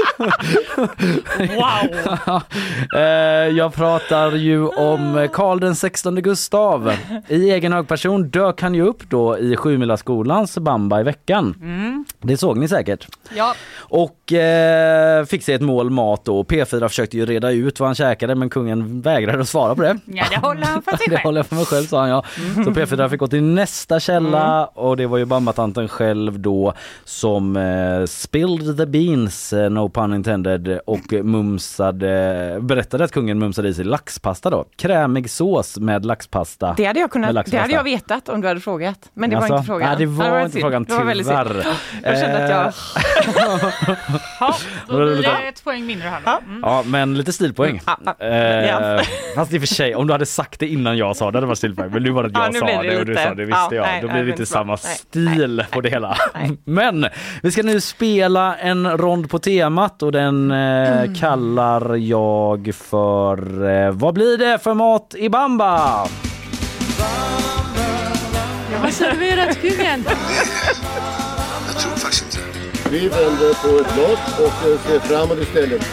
Wow.
eh, jag pratar ju om Karl den sextonde Gustav. I egen hög person dök han ju upp då i Sjumila-skolans Bamba i veckan. Mm. Det såg ni säkert.
Ja.
Och eh, fick sig ett mål mat då. P fyra försökte ju reda ut vad han käkade, men kungen vägrade att svara på det.
Ja, det håller han för sig själv.
Det håller jag för mig själv, sa han, ja. Mm. Så P fyra fick gå till nästa källa mm. och det var ju Bambatanten själv då som eh, spilled the beans, eh, no pun intended, och mumsade, berättade att kungen mumsade i sig laxpasta då. Krämig sås med laxpasta.
Det hade jag kunnat, det hade jag vetat om du hade frågat. Men det
alltså,
var inte frågan.
Nej, det var, det var inte frågan, tyvärr.
Jag kände att jag...
Ja, då blir det ett poäng mindre här. Mm.
Ja, men lite stilpoäng.
Mm.
Eh, ja. Fast i och för sig, om du hade sagt det innan jag sa det, det var stilpoäng. Men nu var det att jag ja, sa det, det och du sa det, visste ja, jag. Nej, då blir det inte samma nej, stil nej, på det hela. Nej. Men vi ska nu spela en rond på temat och den eh, mm. kallar jag för eh, vad blir det för mat i Bamba?
Vad serverar kungen?
Jag tror faktiskt inte.
Vi vänder på ett lott och ser framåt istället.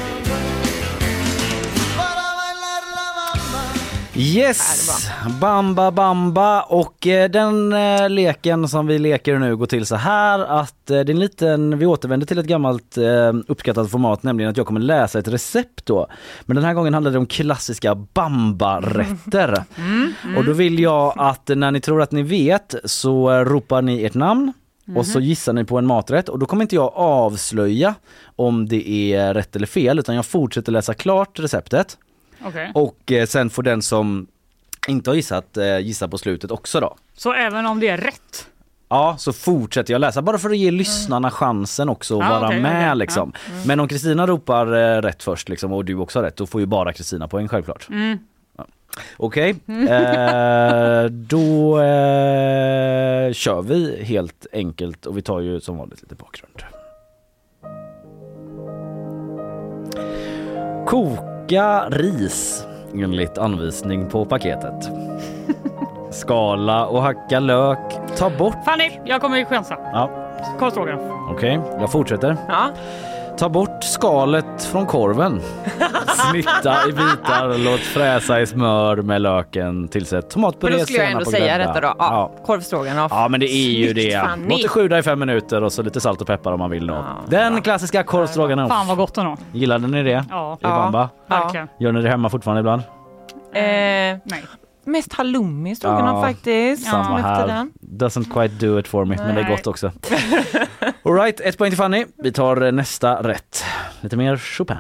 Yes, Bamba Bamba, och eh, den eh, leken som vi leker nu går till så här att eh, det är en liten, vi återvänder till ett gammalt eh, uppskattat format, nämligen att jag kommer läsa ett recept då. Men den här gången handlar det om klassiska Bamba-rätter. Mm, mm. Och då vill jag att när ni tror att ni vet så eh, ropar ni ert namn. Mm-hmm. Och så gissar ni på en maträtt och då kommer inte jag avslöja om det är rätt eller fel, utan jag fortsätter läsa klart receptet.
Okay.
Och eh, sen får den som inte har gissat eh, gissa på slutet också då.
Så även om det är rätt?
Ja, så fortsätter jag läsa bara för att ge lyssnarna chansen också att ah, vara okay, med okay. liksom. Ja. Mm. Men om Kristina ropar eh, rätt först liksom, och du också har rätt, då får ju bara Kristina poäng självklart. Mm. Ja. Okej, okay. eh, då eh, kör vi helt enkelt och vi tar ju som vanligt lite bakgrund. Koka ris enligt anvisning på paketet. Skala och hacka lök. Ta bort...
Fanny, jag kommer ju chansa.
Ja.
Korvstroganoff.
Okej, okay, jag fortsätter.
Ja.
Ta bort skalet från korven. Snitta i bitar, låt fräsa i smör med löken. Tillsätt tomatpuré.
Men då skulle jag ändå säga detta då. Ja,
ja.
Korvstroganoff.
Ja, men det är ju det. Låt det sjuda i fem minuter och så lite salt och peppar om man vill då. Ja, Den bra. klassiska korvstroganoff.
Fan vad gott då.
Gillade ni det?
Ja.
I Bamba?
Ja, verkligen.
Gör ni det hemma fortfarande ibland?
Eh, nej. Mest halloumi stroganoff ja, faktiskt.
Samma här. Den. Doesn't quite do it for me, nej. Men det är gott också. All right, ett poäng till Fanny. Vi tar nästa rätt. Lite mer Chopin.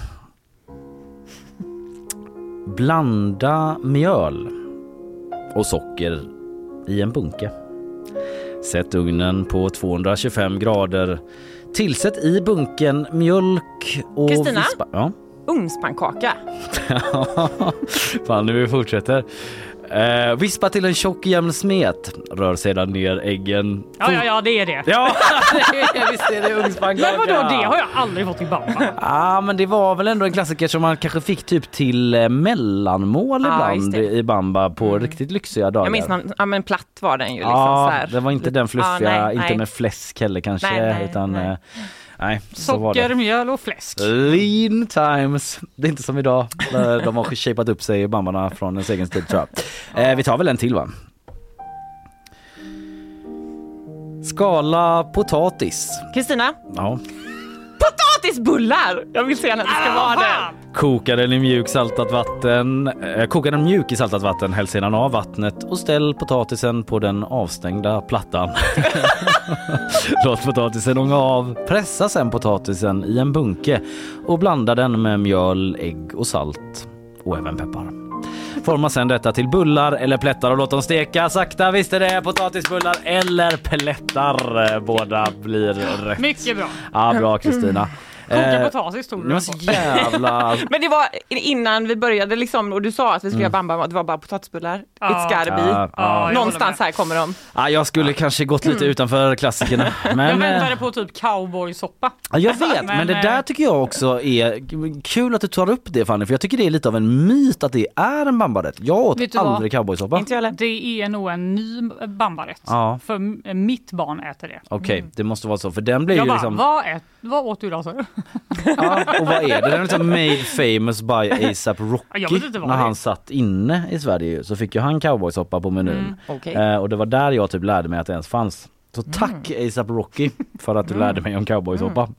Blanda mjöl och socker i en bunke. Sätt ugnen på tvåhundratjugofem grader. Tillsätt i bunken mjölk och
Kristina?
Vispa. Ja.
Ugnspannkaka.
Fan, nu vi fortsätter. Eh, vispa till en tjock jämn smet. Rör sedan ner äggen.
Ja, ja, ja, det är det.
Ja, visst är det ugnspannkaka.
Men vadå, det har jag aldrig fått i Bamba.
Ja, ah, men det var väl ändå en klassiker som man kanske fick typ till eh, mellanmål ah, ibland i Bamba på mm. riktigt lyxiga dagar.
Jag minns man, ja men platt var den ju liksom
ah,
så här.
Det var inte den fluffiga,
ah, nej,
inte
nej.
med fläsk heller kanske,
nej, nej,
utan...
Nej.
Eh, Nej,
socker, mjöl och fläsk.
Lean times. Det är inte som idag. De har shapat upp sig i Bambarna från en egen tid, tror jag. Eh, vi tar väl en till, va? Skala potatis.
Kristina?
Ja.
Potatisbullar! Jag vill se när det ska vara det.
Koka den i mjuk saltat vatten. Eh, koka den mjuk i saltat vatten. Häll sedan av vattnet och ställ potatisen på den avstängda plattan. Låt potatisen ånga av. Pressa sen potatisen i en bunke och blanda den med mjöl, ägg och salt och även peppar. Forma sen detta till bullar eller plättar och låt dem steka sakta. Visst är det potatisbullar eller plättar. Båda blir rätt.
Mycket bra.
Ja, bra Kristina.
Koka potatis stod
det var så jävla...
Men det var innan vi började liksom, och du sa att vi skulle mm. göra bamba, det var bara potatisbullar.
Ja.
It's gotta be.
Ja, ja.
Någonstans här kommer de.
Ja, jag skulle ja. kanske gått lite utanför klassikerna. Men,
jag väntade på typ cowboysoppa.
Ja, jag vet, men, men det där tycker jag också är kul att du tar upp det, Fanny, för jag tycker det är lite av en myt att det är en bambarätt. Jag åt aldrig cowboysoppa.
Inte jag. Det är nog en ny bambarätt. Ja. För mitt barn äter det.
Okej, okay, mm. det måste vara så, för den blir
jag
ju
bara,
liksom...
vad, ät, vad åt du då, så?
Ja, och vad är det? Den är liksom made famous by A$AP Rocky. När han satt inne i Sverige så fick ju han cowboysoppa på menyn. Mm. Okay. Eh, och det var där jag typ lärde mig att det ens fanns. Så tack mm. A$AP Rocky för att du mm. lärde mig om cowboysoppa. Mm.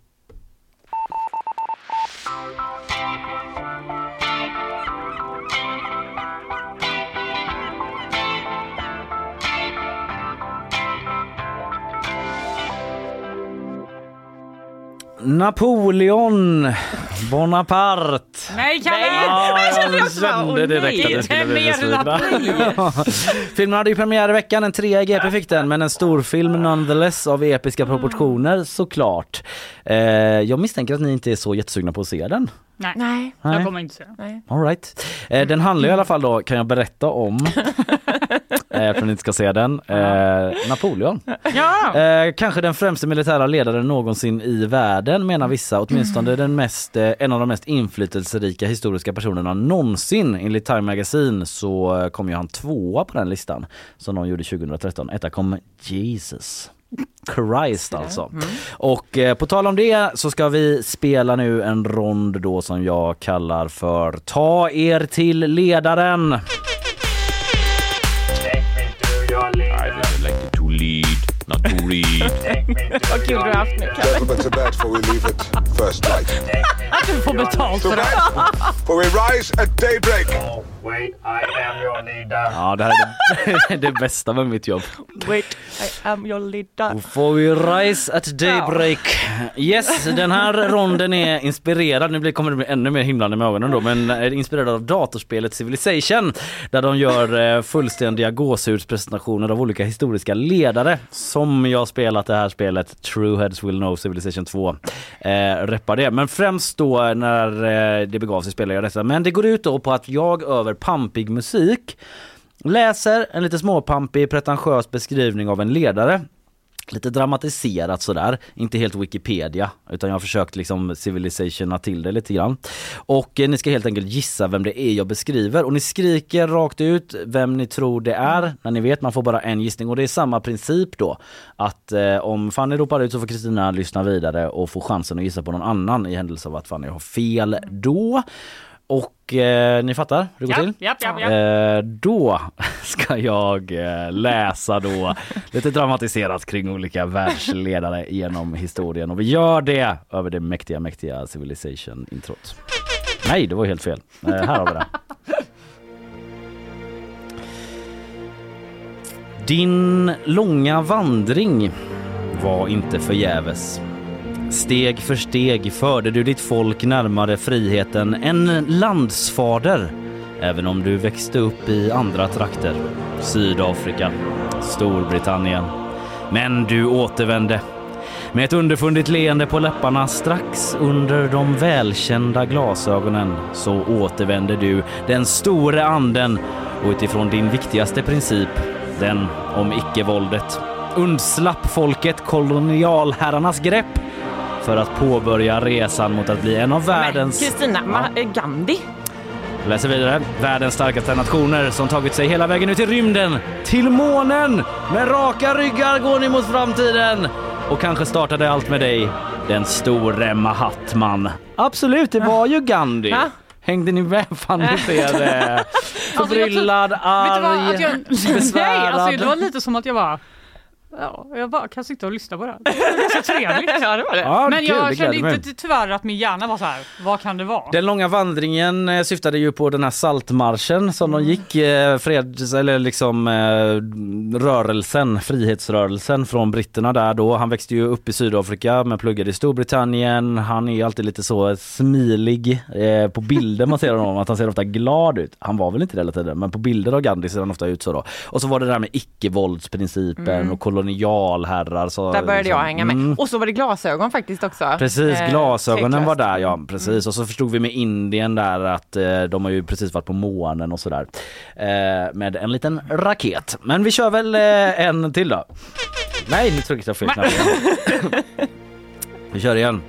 Napoleon Bonaparte.
Nej, kan nej.
Ja, jag kände direkt att det skulle bli besvikna. Filmen hade ju premiär i veckan, en trea i G P fick den, men en stor film nonetheless av episka proportioner mm. såklart. Eh, jag misstänker att ni inte är så jättesugna på att se den.
Nej, nej. jag kommer inte se den.
All right. Eh, den handlar i alla fall då, kan jag berätta om eh, för att ni inte ska se den. Eh, Napoleon.
Ja.
Eh, kanske den främsta militära ledaren någonsin i världen, menar vissa. Åtminstone mm. den mest, eh, en av de mest inflytelserika historiska personerna någonsin. Enligt Time Magazine så kom ju han tvåa på den listan som de gjorde tjugohundratretton. Etta kom Jesus Christ alltså. Mm. Och eh, på tal om det så ska vi spela nu en rond då som jag kallar för Ta er till ledaren.
Not to read.
Vad kul du har haft nu,
Gentlemen to bed for we leave it first light.
Att du får betalt för det.
For we rise at daybreak.
Oh, wait, I am your leader.
Ja, det här är det, det bästa med mitt jobb.
Wait, I am your leader.
For we rise at daybreak. Yes, den här ronden är inspirerad. Nu kommer det bli ännu mer himlande med ögonen då, men är inspirerad av datorspelet Civilization, där de gör fullständiga gåshudspresentationer av olika historiska ledare. Som jag spelat det här spelet True Heads Will Know Civilization två eh, reppar det. Men främst då när eh, det begav sig spelar jag detta. Men det går ut då på att jag över pampig musik läser en lite småpampig pretentiös beskrivning av en ledare. Lite dramatiserat sådär, inte helt Wikipedia, utan jag har försökt liksom civilisationa till det lite grann. Och eh, ni ska helt enkelt gissa vem det är jag beskriver, och ni skriker rakt ut vem ni tror det är när ni vet, man får bara en gissning, och det är samma princip då, att eh, om Fanny ropar ut så får Kristina lyssna vidare och få chansen att gissa på någon annan i händelse av att Fanny har fel då. Och eh, ni fattar hur det går till?
Ja, ja, ja.
Eh, då ska jag eh, läsa då lite dramatiserat kring olika världsledare genom historien. Och vi gör det över det mäktiga, mäktiga Civilization-introt. Nej, det var helt fel. Eh, här har vi det. Din långa vandring var inte förgäves. Steg för steg förde du ditt folk närmare friheten, en landsfader, även om du växte upp i andra trakter, Sydafrika, Storbritannien. Men du återvände. Med ett underfundigt leende på läpparna strax under de välkända glasögonen så återvände du den store anden, och utifrån din viktigaste princip, den om icke-våldet, undslapp folket kolonialherrarnas grepp för att påbörja resan mot att bli en av världens...
Kristina, ja. Gandhi?
Jag läser vidare. Världens starkaste nationer som tagit sig hela vägen ut i rymden, till månen. Med raka ryggar går ni mot framtiden. Och kanske startade allt med dig, den store Mahatman. Absolut, det var ju Gandhi. Ja. Hängde ni med? Fan, ni ser det. Förbryllad, arg, besvärad.
Nej, alltså det var lite som att jag var... Ja, jag bara kan sitta och lyssna på det. Det är så trevligt.
Ja, det var det.
Ja,
men jag
kul,
kände inte tyvärr att min hjärna var så här. Vad kan det vara?
Den långa vandringen eh, syftade ju på den här saltmarschen som mm. de gick eh, freds eller liksom eh, rörelsen, frihetsrörelsen från britterna där då. Han växte ju upp i Sydafrika men pluggade i Storbritannien. Han är alltid lite så smilig eh, på bilder man ser honom, att han ser ofta glad ut. Han var väl inte det hela tiden, men på bilder av Gandhi ser han ofta ut så då. Och så var det där med icke-våldsprincipen mm. och kolonialism kolonialherrar. Så,
där började
liksom,
jag hänga med.
Mm.
Och så var det glasögon faktiskt också.
Precis, glasögonen
eh,
var där, ja. Precis, mm. och så förstod vi med Indien där att eh, de har ju precis varit på månen och sådär. Eh, med en liten raket. Men vi kör väl eh, en till då. Nej, nu tryckte jag fel knapp. Vi kör igen.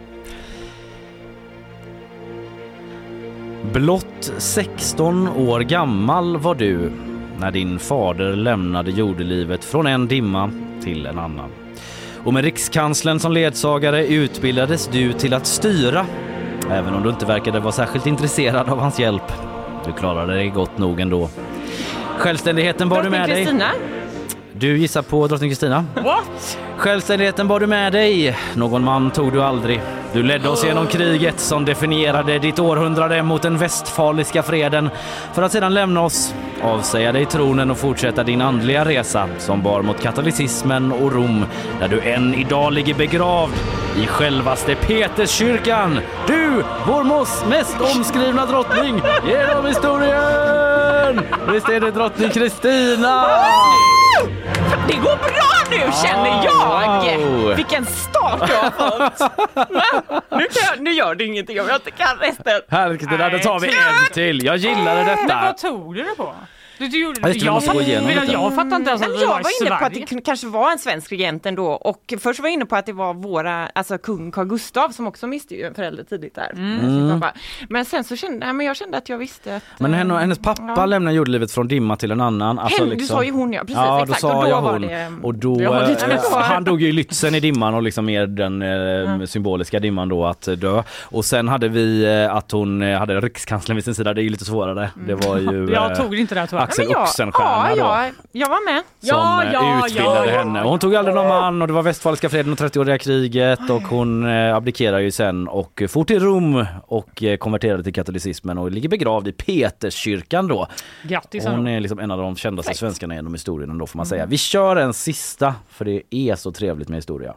Blott sexton år gammal var du när din fader lämnade jordelivet från en dimma till en annan. Och med rikskanslern som ledsagare utbildades du till att styra, även om du inte verkade vara särskilt intresserad av hans hjälp. Du klarade dig gott nog ändå. Självständigheten bar du med dig.
Kristina?
Du gissar på drottning Kristina.
What?
Självständigheten bar du med dig. Någon man tog du aldrig. Du ledde oss genom kriget som definierade ditt århundrade mot den västfaliska freden för att sedan lämna oss, avsäga dig tronen och fortsätta din andliga resa som bar mot katolicismen och Rom, där du än idag ligger begravd i självaste Peterskyrkan. Du, vår mos- mest omskrivna drottning genom historien. Visst är det drottning Kristina?
Det går bra nu, känner jag. Wow. Vilken start jag har fått. nu, kan jag, nu gör det ingenting om jag inte kan resten.
Härligt, Kristina, då tar vi en till. Jag gillade detta.
Men vad tog du det på? Du, du,
jag, jag, fatt,
jag, jag fattar inte ens att
jag
det var,
var inne
Sverige.
på att det kanske var en svensk regent ändå. Och först var jag inne på att det var våra, alltså kung Carl Gustav som också miste ju en förälder tidigt där. Mm. Men sen så kände, nej, men jag kände att jag visste att...
Men henne, hennes pappa ja. lämnade jordelivet från dimma till en annan. Alltså
Hen,
liksom,
du sa ju hon, ja. Precis,
ja,
exakt.
Då sa
och då
jag
var
hon.
det...
Och då, äh, han dog ju i Lützen i dimman och liksom mer den äh, mm. symboliska dimman då att dö. Och sen hade vi äh, att hon äh, hade rikskanslern vid sin sida. Det är ju lite svårare. Mm. Det var ju... Äh,
jag tog inte det, tror jag.
Axel Oxenstierna.
Ja, ja, jag var med.
Som
ja, ja,
utbildade
ja,
henne. Och hon tog aldrig någon man och det var västfaliska freden och trettioåriga kriget och hon eh, abdikerade ju sen och for till Rom och eh, konverterade till katolicismen och ligger begravd i Peterskyrkan då.
Grattis.
Hon är liksom en av de kändaste Fräkt. svenskarna genom historien då får man säga. Mm. Vi kör en sista för det är så trevligt med historia.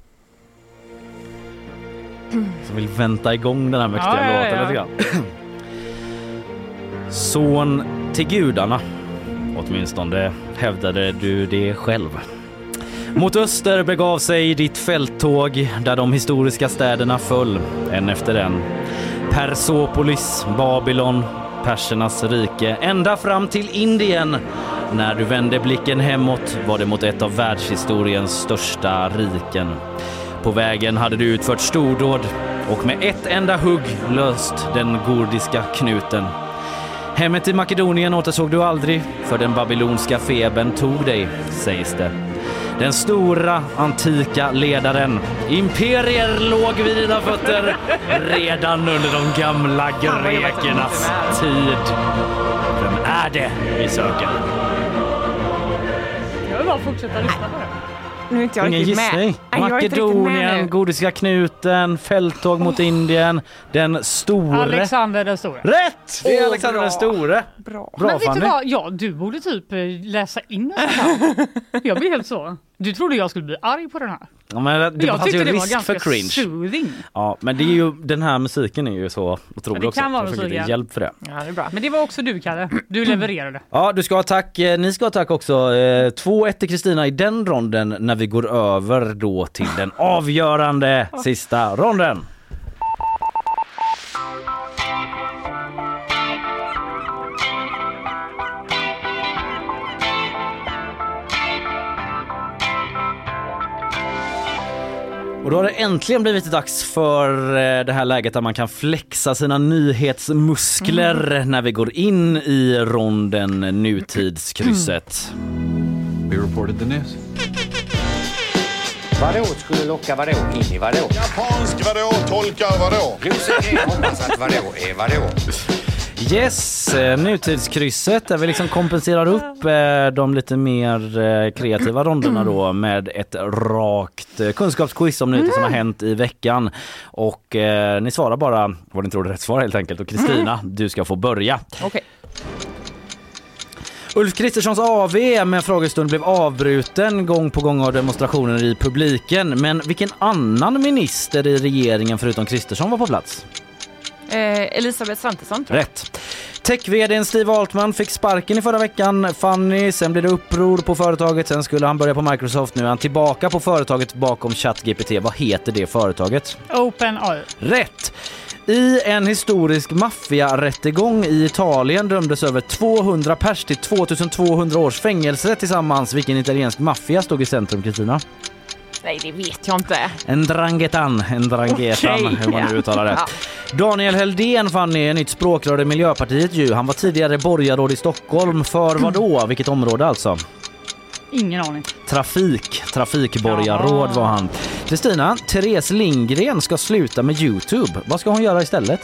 Mm. Som vill vänta igång den här mäktiga ja, låten lite grann. Son till gudarna. Åtminstone hävdade du det själv. Mot öster begav sig ditt fälttåg där de historiska städerna föll, en efter en. Persepolis, Babylon, persernas rike, ända fram till Indien. När du vände blicken hemåt var det mot ett av världshistoriens största riken. På vägen hade du utfört stordåd och med ett enda hugg löst den gordiska knuten. Hemmet i Makedonien återsåg du aldrig, för den babylonska febern tog dig, sägs det. Den stora antika ledaren. Imperier låg vid dina fötter redan under de gamla grekernas tid. Vem är det vi söker?
Jag vill bara fortsätta lyssna på det.
Nu är inte jag
Ingen
riktigt
gissning.
med.
Makedonien, Gordiska knuten, fälttåg mot Indien, den store.
Alexander den store.
Rätt! Det är
oh,
Alexander
bra.
den store.
Bra.
Bra,
men vet
Fanny.
du vad? Ja, du borde typ läsa in den här. Jag blir helt så. Du trodde jag skulle bli arg på den här.
Ja, men det
jag
fanns ju
tyckte det
risk
var ganska
för cringe.
Soothing.
Ja, men det är ju, den här musiken är ju så otrolig
det
också.
kan vara
så
så,
det
ja.
hjälp för det.
Ja, det är bra.
Men det var också du, Kalle. Du levererade.
Ja, du ska ha tack. Ni ska ha tack också. två ett till Kristina i den ronden när vi går över då till den avgörande sista ronden. Och då har det äntligen blivit dags för det här läget där man kan flexa sina nyhetsmuskler mm. när vi går in i ronden nutidskrysset.
We reported the news.
Vadå skulle locka vadå in i vadå?
Japansk vadå tolkar vadå?
Rosengren hoppas att vadå är vadå?
Yes, nutidskrysset där vi liksom kompenserar upp de lite mer kreativa ronderna då med ett rakt kunskapsquiz om nyheter som har hänt i veckan. Och eh, ni svarar bara vad ni tror är rätt svar helt enkelt. Och Kristina, du ska få börja.
Okej. Okay.
Ulf Kristerssons A V med frågestund blev avbruten gång på gång av demonstrationer i publiken. Men vilken annan minister i regeringen förutom Kristersson var på plats?
Eh, Elisabeth Svantesson.
Rätt. Tech-vdn Steve Altman fick sparken i förra veckan. Fanny, sen blev det uppror på företaget. Sen skulle han börja på Microsoft. Nu är han tillbaka på företaget bakom ChatGPT. Vad heter det företaget?
OpenAI.
Rätt! I en historisk maffiarättegång i Italien dömdes över tvåhundra pers till tvåtusentvåhundra års fängelse tillsammans. Vilken italiensk maffia stod i centrum, Kristina?
Nej, det vet jag inte.
En drangetan, en drangetan, okay, hur man nu uttalar det. Ja. Daniel Heldén, Fanny, är nytt språkrör i Miljöpartiet ju. Han var tidigare borgarråd i Stockholm. För vad då? Vilket område alltså?
Ingen aning.
Trafik, trafikborgarråd var han. Kristina, Therese Lindgren ska sluta med YouTube. Vad ska hon göra istället?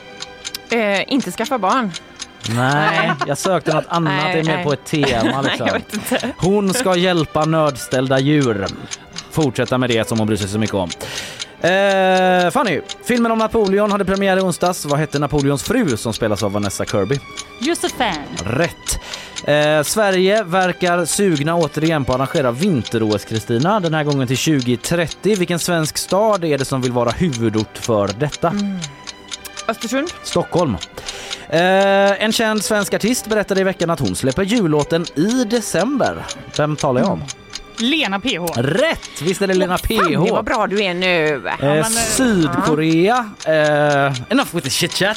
Eh, inte skaffa barn.
Nej, jag sökte något annat. Nej, det är mer nej. på ett tema. Liksom.
Nej, jag vet inte.
Hon ska hjälpa nödställda djur. Fortsätta med det som hon bryr sig så mycket om. Eh, Fanny, filmen om Napoleon hade premiär i onsdags. Vad hette Napoleons fru som spelas av Vanessa Kirby?
Josephine.
Rätt. Eh, Sverige verkar sugna återigen på att arrangera vinter-O S, Kristina. Den här gången till tjugo trettio. Vilken svensk stad är det som vill vara huvudort för detta? Mm.
Östersund.
Stockholm. Eh, en känd svensk artist berättade i veckan att hon släpper jullåten i december. Vem talar jag om? Mm.
Lena P H.
Rätt! Visst är det Lena P H.
Fan, det var bra du är nu.
Eh, ja, men, Sydkorea. Eh, enough with the shit chat.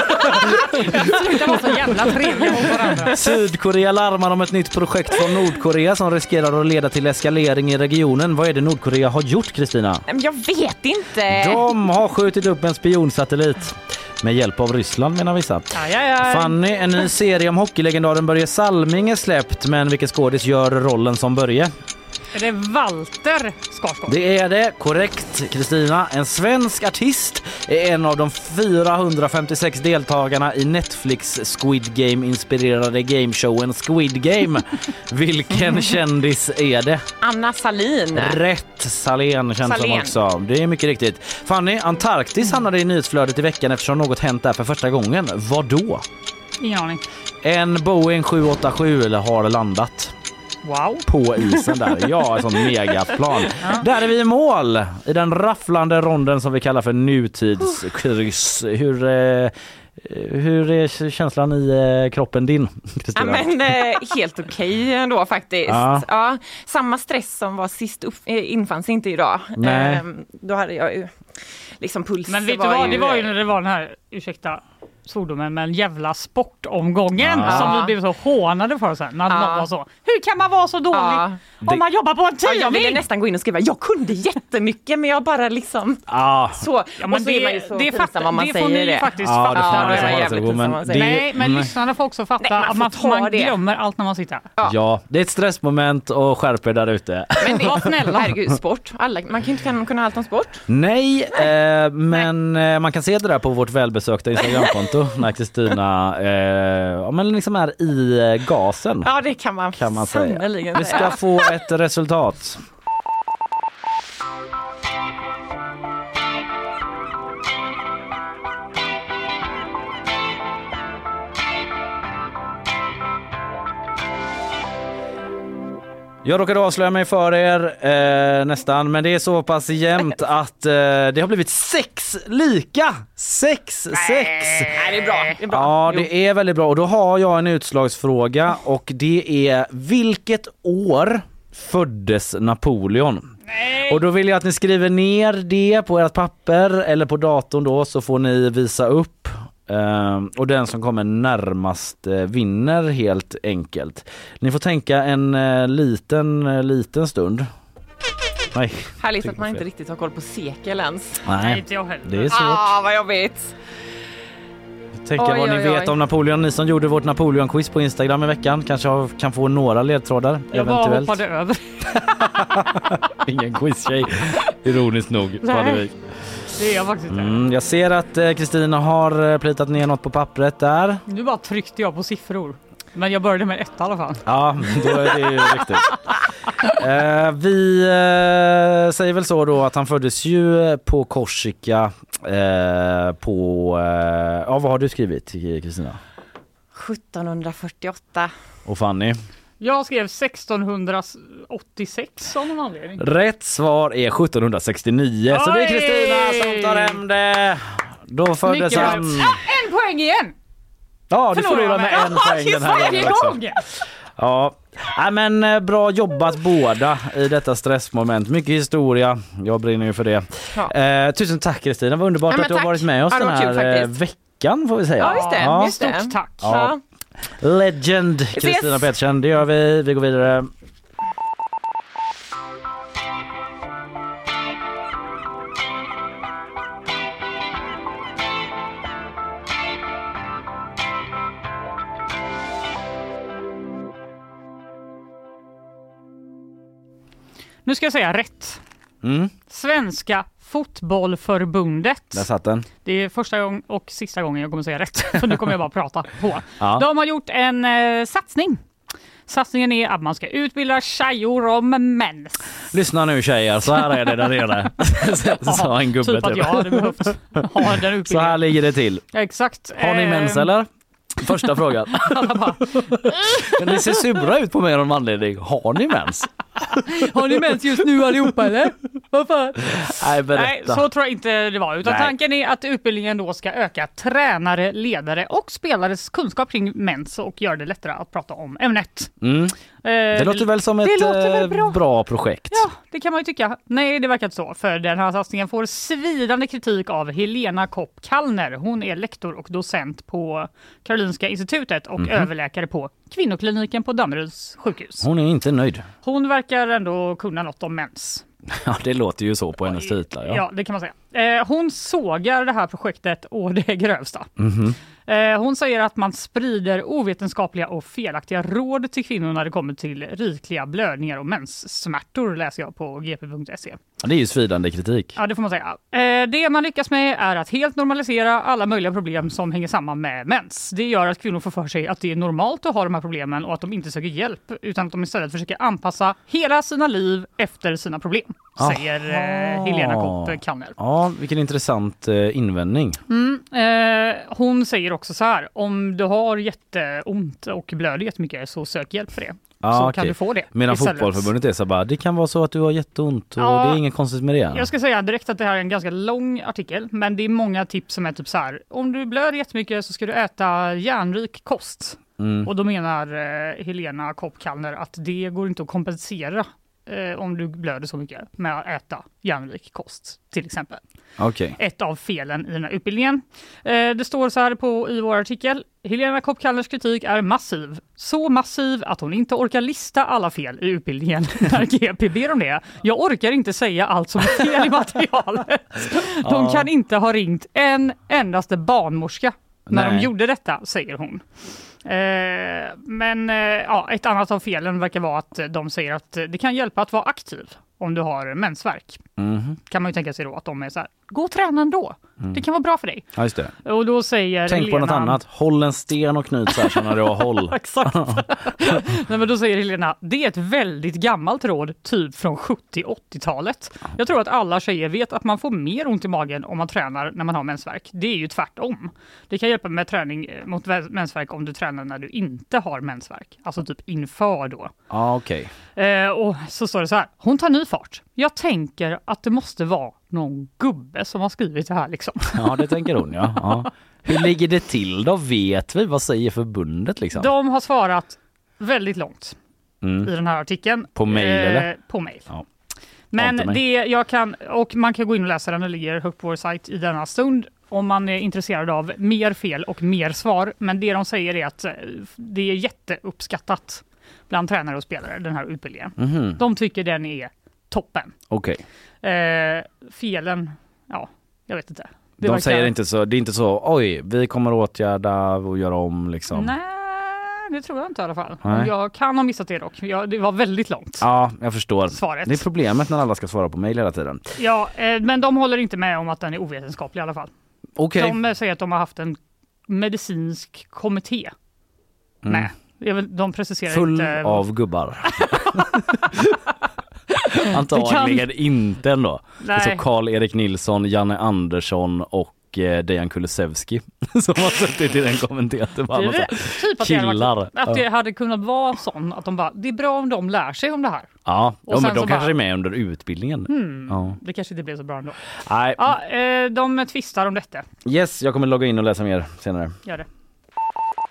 Sluta vara så jävla trevliga mot varandra.
Sydkorea larmar om ett nytt projekt från Nordkorea som riskerar att leda till eskalering i regionen. Vad är det Nordkorea har gjort, Kristina?
Jag vet inte.
De har skjutit upp en spionsatellit. Med hjälp av Ryssland menar vissa.
Aj, aj, aj.
Fanny, en ny serie om hockeylegendaren Börje Salming är släppt, men vilken skådis gör rollen som Börje?
Är det Walter Skarsgård?
Det är det, korrekt Kristina. En svensk artist är en av de fyrahundrafemtiosex deltagarna i Netflix Squid Game-inspirerade gameshowen Squid Game. Vilken kändis är det?
Anna Salin.
Rätt, Salén känns som också. Det är mycket riktigt. Fanny, Antarktis hamnade i nyhetsflödet i veckan eftersom något hänt där för första gången. Vad då?
Ingen aning.
En Boeing sju åtta sju har landat.
Wow.
På isen där. Ja, en sån megaplan. Ja. Där är vi i mål. I den rafflande ronden som vi kallar för nutidskryss. Hur, eh, hur är känslan i eh, kroppen din, Kristina?
Ja, men eh, helt okej ändå faktiskt.
Ja.
Ja, samma stress som var sist upp, eh, infanns inte idag.
Nej.
Eh, då hade jag ju liksom puls.
Men vet du vad, ju... det var ju när det var den här, ursäkta svordomen, men jävla sportomgången
ja.
som vi blev så hånade för sen. När
ja.
någon var så, hur kan man vara så dålig ja. om det... man jobbar på en tidning?
Ja, jag ville nästan gå in och skriva, jag kunde jättemycket men jag bara liksom
ja.
så.
Ja, men
och så
det,
är man ju så
det, fatta,
vad man
det
säger
får ni
det.
faktiskt
ja,
fatta.
Det
ja,
det
jävligt,
men
man
det...
Nej, men mm. lyssnarna får också fatta Nej, man att man, man glömmer allt när man sitter.
Ja. ja, det är ett stressmoment och skärper där ute.
Men det var snälla. Herregud, sport. Alla, man kan inte kunna allt om sport.
Nej, eh, men Nej. man kan se det där på vårt välbesökta Instagramkonto när Kristina Eh, ja, men liksom är i gasen.
Ja, det kan man,
kan man säga.
säga.
Vi ska få ett resultat. Jag råkade avslöja mig för er eh, nästan, men det är så pass jämnt att eh, det har blivit sex lika. Sex, sex.
Nej, det är bra. Det är bra.
Ja, det är väldigt bra. Och då har jag en utslagsfråga och det är vilket år föddes Napoleon?
Nej.
Och då vill jag att ni skriver ner det på ert papper eller på datorn då så får ni visa upp. Uh, och den som kommer närmast uh, vinner helt enkelt. Ni får tänka en uh, liten uh, liten stund. Nej.
Härligt att man inte riktigt har koll på sekel ens.
Nej,
inte jag heller.
Det är svårt.
Ah, vad jobbigt.
Tänka oj, vad ni oj, vet oj. om Napoleon. Ni som gjorde vårt Napoleon-quiz på Instagram i veckan kanske har, kan få några ledtrådar.
Jag
eventuellt.
bara hoppade över.
Ingen quiztjej. Ironiskt nog.
Nej. Det är jag faktiskt inte.
Mm, jag ser att Kristina eh, har eh, plitat ner något på pappret där.
Nu bara tryckte jag på siffror. Men jag började med ett i alla fall.
Ja, då är det ju riktigt. Eh, vi eh, säger väl så då att han föddes ju på Korsika eh, på... Eh, ja, vad har du skrivit, Kristina?
sjuttonhundrafyrtioåtta.
Och Fanny?
Jag skrev sextonhundraåttiosex av någon anledning.
Rätt svar är sjuttonhundrasextionio. Oj! Så det är Kristina som tar hem det. Då föddes
Mycket
han...
Ja, en poäng igen!
Ja, du förlorar med en poäng den här
varje
gången också.
gång.
Ja, nej, men eh, bra jobbat båda i detta stressmoment. Mycket historia, jag brinner ju för det.
Ja.
Eh, tusen tack Kristina, vad underbart
Ja,
att du har
tack.
varit med oss
Ja, det
den
var kul,
här eh,
faktiskt.
veckan får vi säga.
Ja, just det.
Ja.
Just det.
Stort tack.
Ja. Legend Kristina
Yes.
Pettersson, det gör vi. Vi går vidare.
Nu ska jag säga rätt.
Mm.
Svenska fotbollförbundet.
Där satt den.
Det är första gången och sista gången jag kommer säga rätt. För nu kommer jag bara prata på.
Ja.
De har gjort en eh, satsning. Satsningen är att man ska utbilda tjejor om mens.
Lyssna nu tjejer, så här är det där nere. Så en gubbe
Typ att jag hade behövt ha den utbildningen.
Så här ligger det till.
Ja, exakt.
Har ni mens eller? Första frågan. Ni ser sura ut på mig av någon anledning. Har ni mens?
Har ni mens just nu allihopa eller? Vad fan?
Nej, berätta.
Nej, så tror jag inte det var. Utan
Nej.
tanken är att utbildningen då ska öka tränare, ledare och spelares kunskap kring mens och göra det lättare att prata om ämnet.
Mm.
Eh,
Det låter väl som ett
väl
eh,
bra.
bra projekt.
Ja, det kan man ju tycka. Nej, det verkar inte så. För den här satsningen får svidande kritik av Helena Kopp Kallner. Hon är lektor och docent på Karolinska institutet och
Mhm.
överläkare på kvinnokliniken på Danderyds sjukhus.
Hon är inte nöjd.
Hon verkar ändå kunna något om mens.
Ja, det låter ju så på hennes titlar. Ja.
Ja, det kan man säga. Eh, hon sågar det här projektet och det grövsta.
Mhm.
Eh, hon säger att man sprider ovetenskapliga och felaktiga råd till kvinnor när det kommer till rikliga blödningar och menssmärtor, läser jag på g p punkt se.
Det är ju svidande kritik.
Ja, det får man säga. Eh, det man lyckas med är att helt normalisera alla möjliga problem som hänger samman med mens. Det gör att kvinnor får för sig att det är normalt att ha de här problemen och att de inte söker hjälp, utan att de istället försöker anpassa hela sina liv efter sina problem, säger eh, Helena Kopp Kallner.
Ja, vilken intressant eh, invändning.
Mm, eh, hon säger också så här: om du har jätteont och blöder jättemycket så sök hjälp för det.
Ja,
så
okej.
kan du få det.
Medan
istället.
fotbollförbundet är så bara, det kan vara så att du har jätteont och
Ja,
det är inget konstigt med det.
Jag ska säga direkt att det här är en ganska lång artikel, men det är många tips som är typ så här: om du blöder jättemycket så ska du äta järnrik kost.
Mm.
Och då menar eh, Helena Kopp Kallner att det går inte att kompensera eh, om du blöder så mycket med att äta järnrik kost till exempel.
Okej.
Ett av felen i den här utbildningen. Eh, det står så här på i vår artikel: Helena Kopp Kallners kritik är massiv. Så massiv att hon inte orkar lista alla fel i utbildningen när G P ber om det. Jag orkar inte säga allt som är fel i materialet. De
Ja.
kan inte ha ringt en endaste barnmorska när
Nej.
de gjorde detta, säger hon. Eh, men eh, ja, ett annat av felen verkar vara att de säger att det kan hjälpa att vara aktiv om du har mensvärk.
Mhm.
Kan man ju tänka sig då att de är så här: gå och träna ändå.
Mm.
Det kan vara bra för dig.
Ja, just det.
Och då säger
Tänk
Helena,
på något annat. Håll en sten och knyt så här så när du har håll.
Exakt. Nej, men då säger Helena, det är ett väldigt gammalt råd, typ från sjuttio-åttiotalet. Jag tror att alla tjejer vet att man får mer ont i magen om man tränar när man har mensvärk. Det är ju tvärtom. Det kan hjälpa med träning mot mensvärk om du tränar när du inte har mensvärk. Alltså typ inför då.
Ja, okej.
Eh, och så står det så här: hon tar ny fart. Jag tänker att det måste vara någon gubbe som har skrivit det här liksom.
Ja, det tänker hon, ja. ja. Hur ligger det till då? Vet vi? Vad säger förbundet liksom?
De har svarat väldigt långt
Mm.
i den här artikeln.
På mail, eller?
På mail.
Ja.
Men
Ante mig.
det jag kan, och man kan gå in och läsa den, det ligger högt på vår sajt i denna stund om man är intresserad av mer fel och mer svar. Men det de säger är att eh, det är jätteuppskattat bland tränare och spelare, den här utbildningen.
Mhm.
De tycker den är toppen.
Okej.
Eh, felen, ja, jag vet inte. Det
De
verkar-
säger inte så, det är inte så, oj, vi kommer åtgärda och göra om liksom.
Nej, det tror jag inte i alla fall.
Nej.
Jag kan ha missat det dock. Jag, det var väldigt långt.
Ja, jag förstår.
Svaret.
Det är problemet när alla ska svara på mejl hela tiden.
Ja, eh, men de håller inte med om att den är ovetenskaplig i alla fall.
Okej.
De eh, säger att de har haft en medicinsk kommitté.
Mm.
Nej, jag vet- de preciserar
Full
inte.
av gubbar. Antagligen inte ändå.
Nej.
Så Karl-Erik Nilsson, Janne Andersson och eh, Dejan Kulusevski som har suttit i den kommenteringen.
Det är väl typ att det, hade
killar.
varit, att det hade kunnat vara sån att de bara, det är bra om de lär sig om det här.
Ja,
Och
ja
sen
men de
så
kanske
bara-
är med under utbildningen.
Hmm,
Ja.
Det kanske inte blev så bra ändå.
Nej.
Ja, eh, de tvistar om detta.
Yes, jag kommer logga in och läsa mer senare.
Gör det.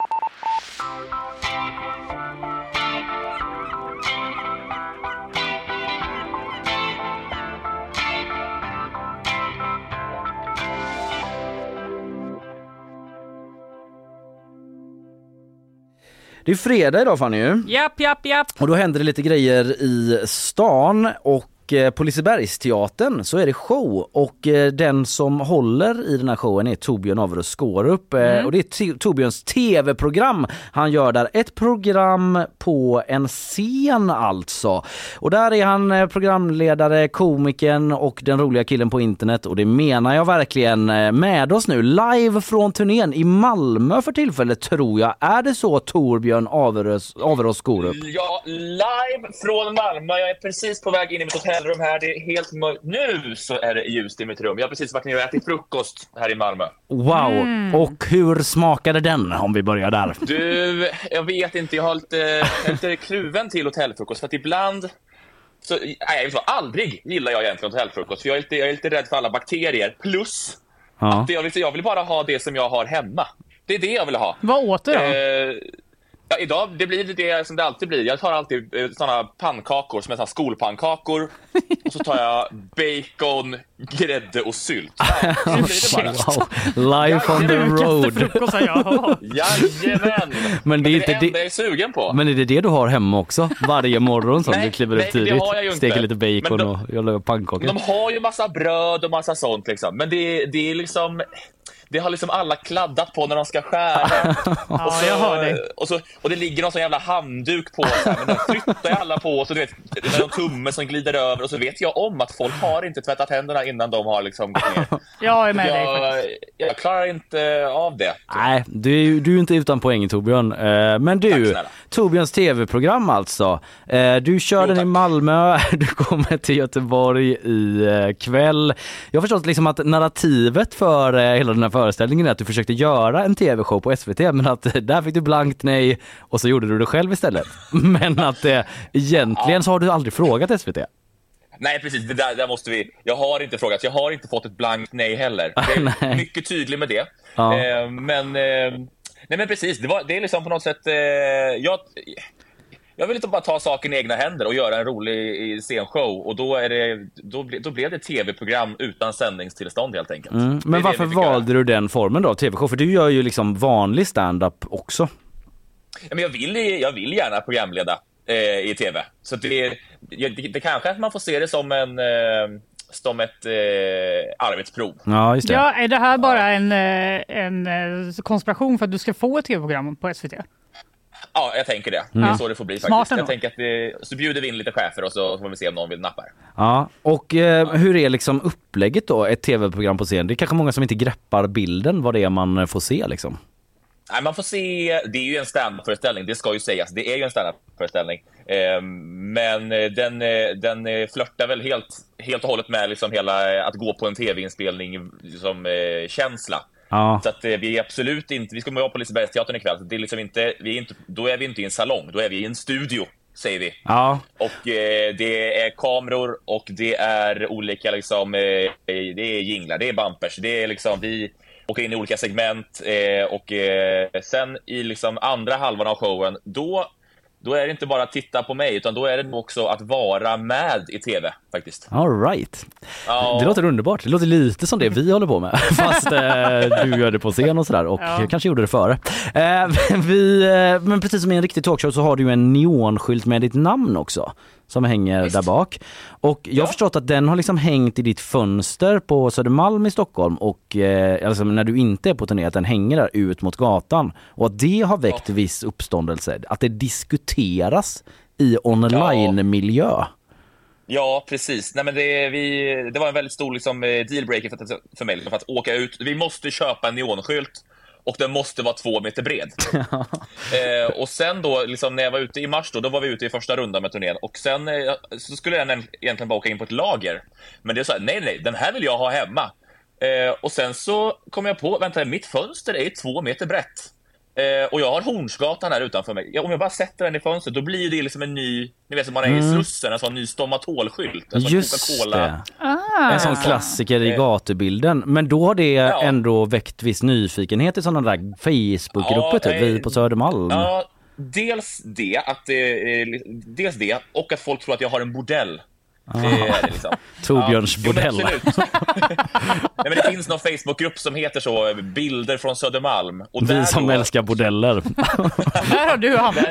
Det är fredag idag, Fanny ju.
Japp, japp, japp.
Och då händer det lite grejer i stan och på Lisebergsteatern så är det show och den som håller i den här showen är Torbjörn Averus Skårup mm. och det är t- Torbjörns tv-program. Han gör där ett program på en scen alltså. Och där är han programledare, komikern och den roliga killen på internet och det menar jag verkligen. Med oss nu live från turnén i Malmö för tillfället tror jag. Är det så, Torbjörn Averus, Averus Skårup?
Ja, live från Malmö. Jag är precis på väg in i mitt hotell rum här, det är helt mörkt. Nu så är det ljust i mitt rum. Jag har precis varit ner och ätit frukost här i Malmö.
Wow, mm. och hur smakade den om vi börjar där?
Du, jag vet inte, jag har lite, jag är lite kluven till hotellfrukost för att ibland så, nej, jag vet inte, aldrig gillar jag egentligen hotellfrukost för jag är lite, jag är lite rädd för alla bakterier plus ja. att jag vill, jag vill bara ha det som jag har hemma. Det är det jag vill ha.
Vad åt du då?
Eh, Ja, idag det blir det som det alltid blir. Jag tar alltid eh, såna pannkakor som är såna skolpannkakor och så tar jag bacon, grädde och sylt. Ja, så blir det bara.
Wow. Life on the road.
Jajamän.
Men det är inte
det enda jag är sugen på.
Men är det det du har hemma också? Varje morgon som
nej,
du kliver
nej,
upp tidigt.
Det har jag ju inte.
Steker lite bacon
de,
och jag lagar pannkakor.
De har ju massa bröd och massa sånt liksom. Men det, det är liksom det har liksom alla kladdat på när de ska skära.
Ja,
och, så,
jag hör det.
Och, så, och det ligger någon sån jävla handduk på så här, men den flyttar ju alla på och så du vet, det är någon tumme som glider över och så vet jag om att folk har inte tvättat händerna innan de har liksom gått ner.
Jag är med
jag,
dig faktiskt.
Jag klarar inte av det.
Nej, du, du är inte utan poäng, Torbjörn. Uh, men du, Torbjörns tv-program alltså. Uh, du kör jo, den i Malmö, du kommer till Göteborg i uh, kväll. Jag har förstått liksom att narrativet för uh, hela den här föreställningen är att du försökte göra en tv-show på S V T men att där fick du blankt nej och så gjorde du det själv istället. Men att uh, egentligen ja. så har du aldrig frågat S V T.
Nej, precis. Det där, där måste vi... Jag har inte frågat. Jag har inte fått ett blankt nej heller. Jag är mycket tydlig med det. Ja. Eh, men... Eh, nej, men precis. Det, var, det är liksom på något sätt... Eh, jag, jag vill inte bara ta saken i egna händer och göra en rolig scenshow. Och då, är det, då, ble, då blev det ett tv-program utan sändningstillstånd helt enkelt.
Mm. Men varför valde du den formen då, tv-show? För du gör ju liksom vanlig stand-up också.
Ja, men jag, vill, jag vill gärna programleda i tv. Så det, det, det kanske att man får se det som en som ett eh, arbetsprov.
Ja, just det.
Ja, är det här bara en, en konspiration för att du ska få ett tv-program på S V T?
Ja, jag tänker det. Mm. Det är så det får bli faktiskt. Jag tänker att vi, så bjuder vi in lite chefer och så får vi se om någon vill nappa.
Ja, och eh, hur är liksom upplägget då, ett tv-program på scen? Det är kanske många som inte greppar bilden, vad det är man får se liksom.
Nej, man får se, det är ju en stand-up-föreställning, det ska ju sägas, det är ju en stand-up-föreställning. Eh, men den, den flörtar väl helt, helt och hållet med liksom hela att gå på en tv-inspelning som eh, känsla.
Ja.
Så att eh, vi är absolut inte, vi ska vara på Lisebergsteatern ikväll, så det är liksom inte, vi är inte, då är vi inte i en salong, då är vi i en studio, säger vi.
Ja.
Och eh, det är kameror och det är olika liksom, eh, det är jinglar, det är bumpers, det är liksom vi... åka in i olika segment eh, och eh, sen i liksom andra halvan av showen då, då är det inte bara att titta på mig utan då är det också att vara med i tv faktiskt.
All right.
Ja.
Det låter underbart. Det låter lite som det vi håller på med fast eh, du gör det på scen och sådär och ja. jag kanske gjorde det före. Eh, vi, eh, men precis som i en riktig talkshow så har du ju en neonskylt med ditt namn också som hänger Just. där bak. Och jag ja. har förstått att den har liksom hängt i ditt fönster på Södermalm i Stockholm och eh, alltså när du inte är på turné att den hänger där ut mot gatan och att det har väckt ja. viss uppståndelse. Att det diskuteras i online-miljö.
Ja. Ja, precis. Nej, men det, vi, det var en väldigt stor liksom, dealbreaker för, för mig för att åka ut. Vi måste köpa en neonskylt och den måste vara två meter bred. eh, och sen då, liksom, när jag var ute i mars då, då var vi ute i första rundan med turnén. Och sen eh, så skulle jag egentligen bara åka in på ett lager. Men det är så här, nej, nej, den här vill jag ha hemma. Eh, och sen så kom jag på, vänta, mitt fönster är två meter brett. Eh, och jag har Hornsgatan här utanför mig. Ja, om jag bara sätter den i fönstret, då blir det liksom en ny, ni vet som man är mm. i Slussen, en sån ny stomatolskylt. En sån
Just
Coca-Cola.
Ah. En sån klassiker i gatubilden. Men då har det ja. ändå väckt viss nyfikenhet i sådana där Facebookgrupper, ja, typ, vi på Södermalm.
Ja, dels det, att, eh, dels det och att folk tror att jag har en bordell. Det är det liksom.
Torbjörns
ja,
bordell.
Nej, men det finns någon Facebookgrupp som heter så, bilder från Södermalm. Och
Vi som
då...
älskar bordeller.
Där har du hamnat.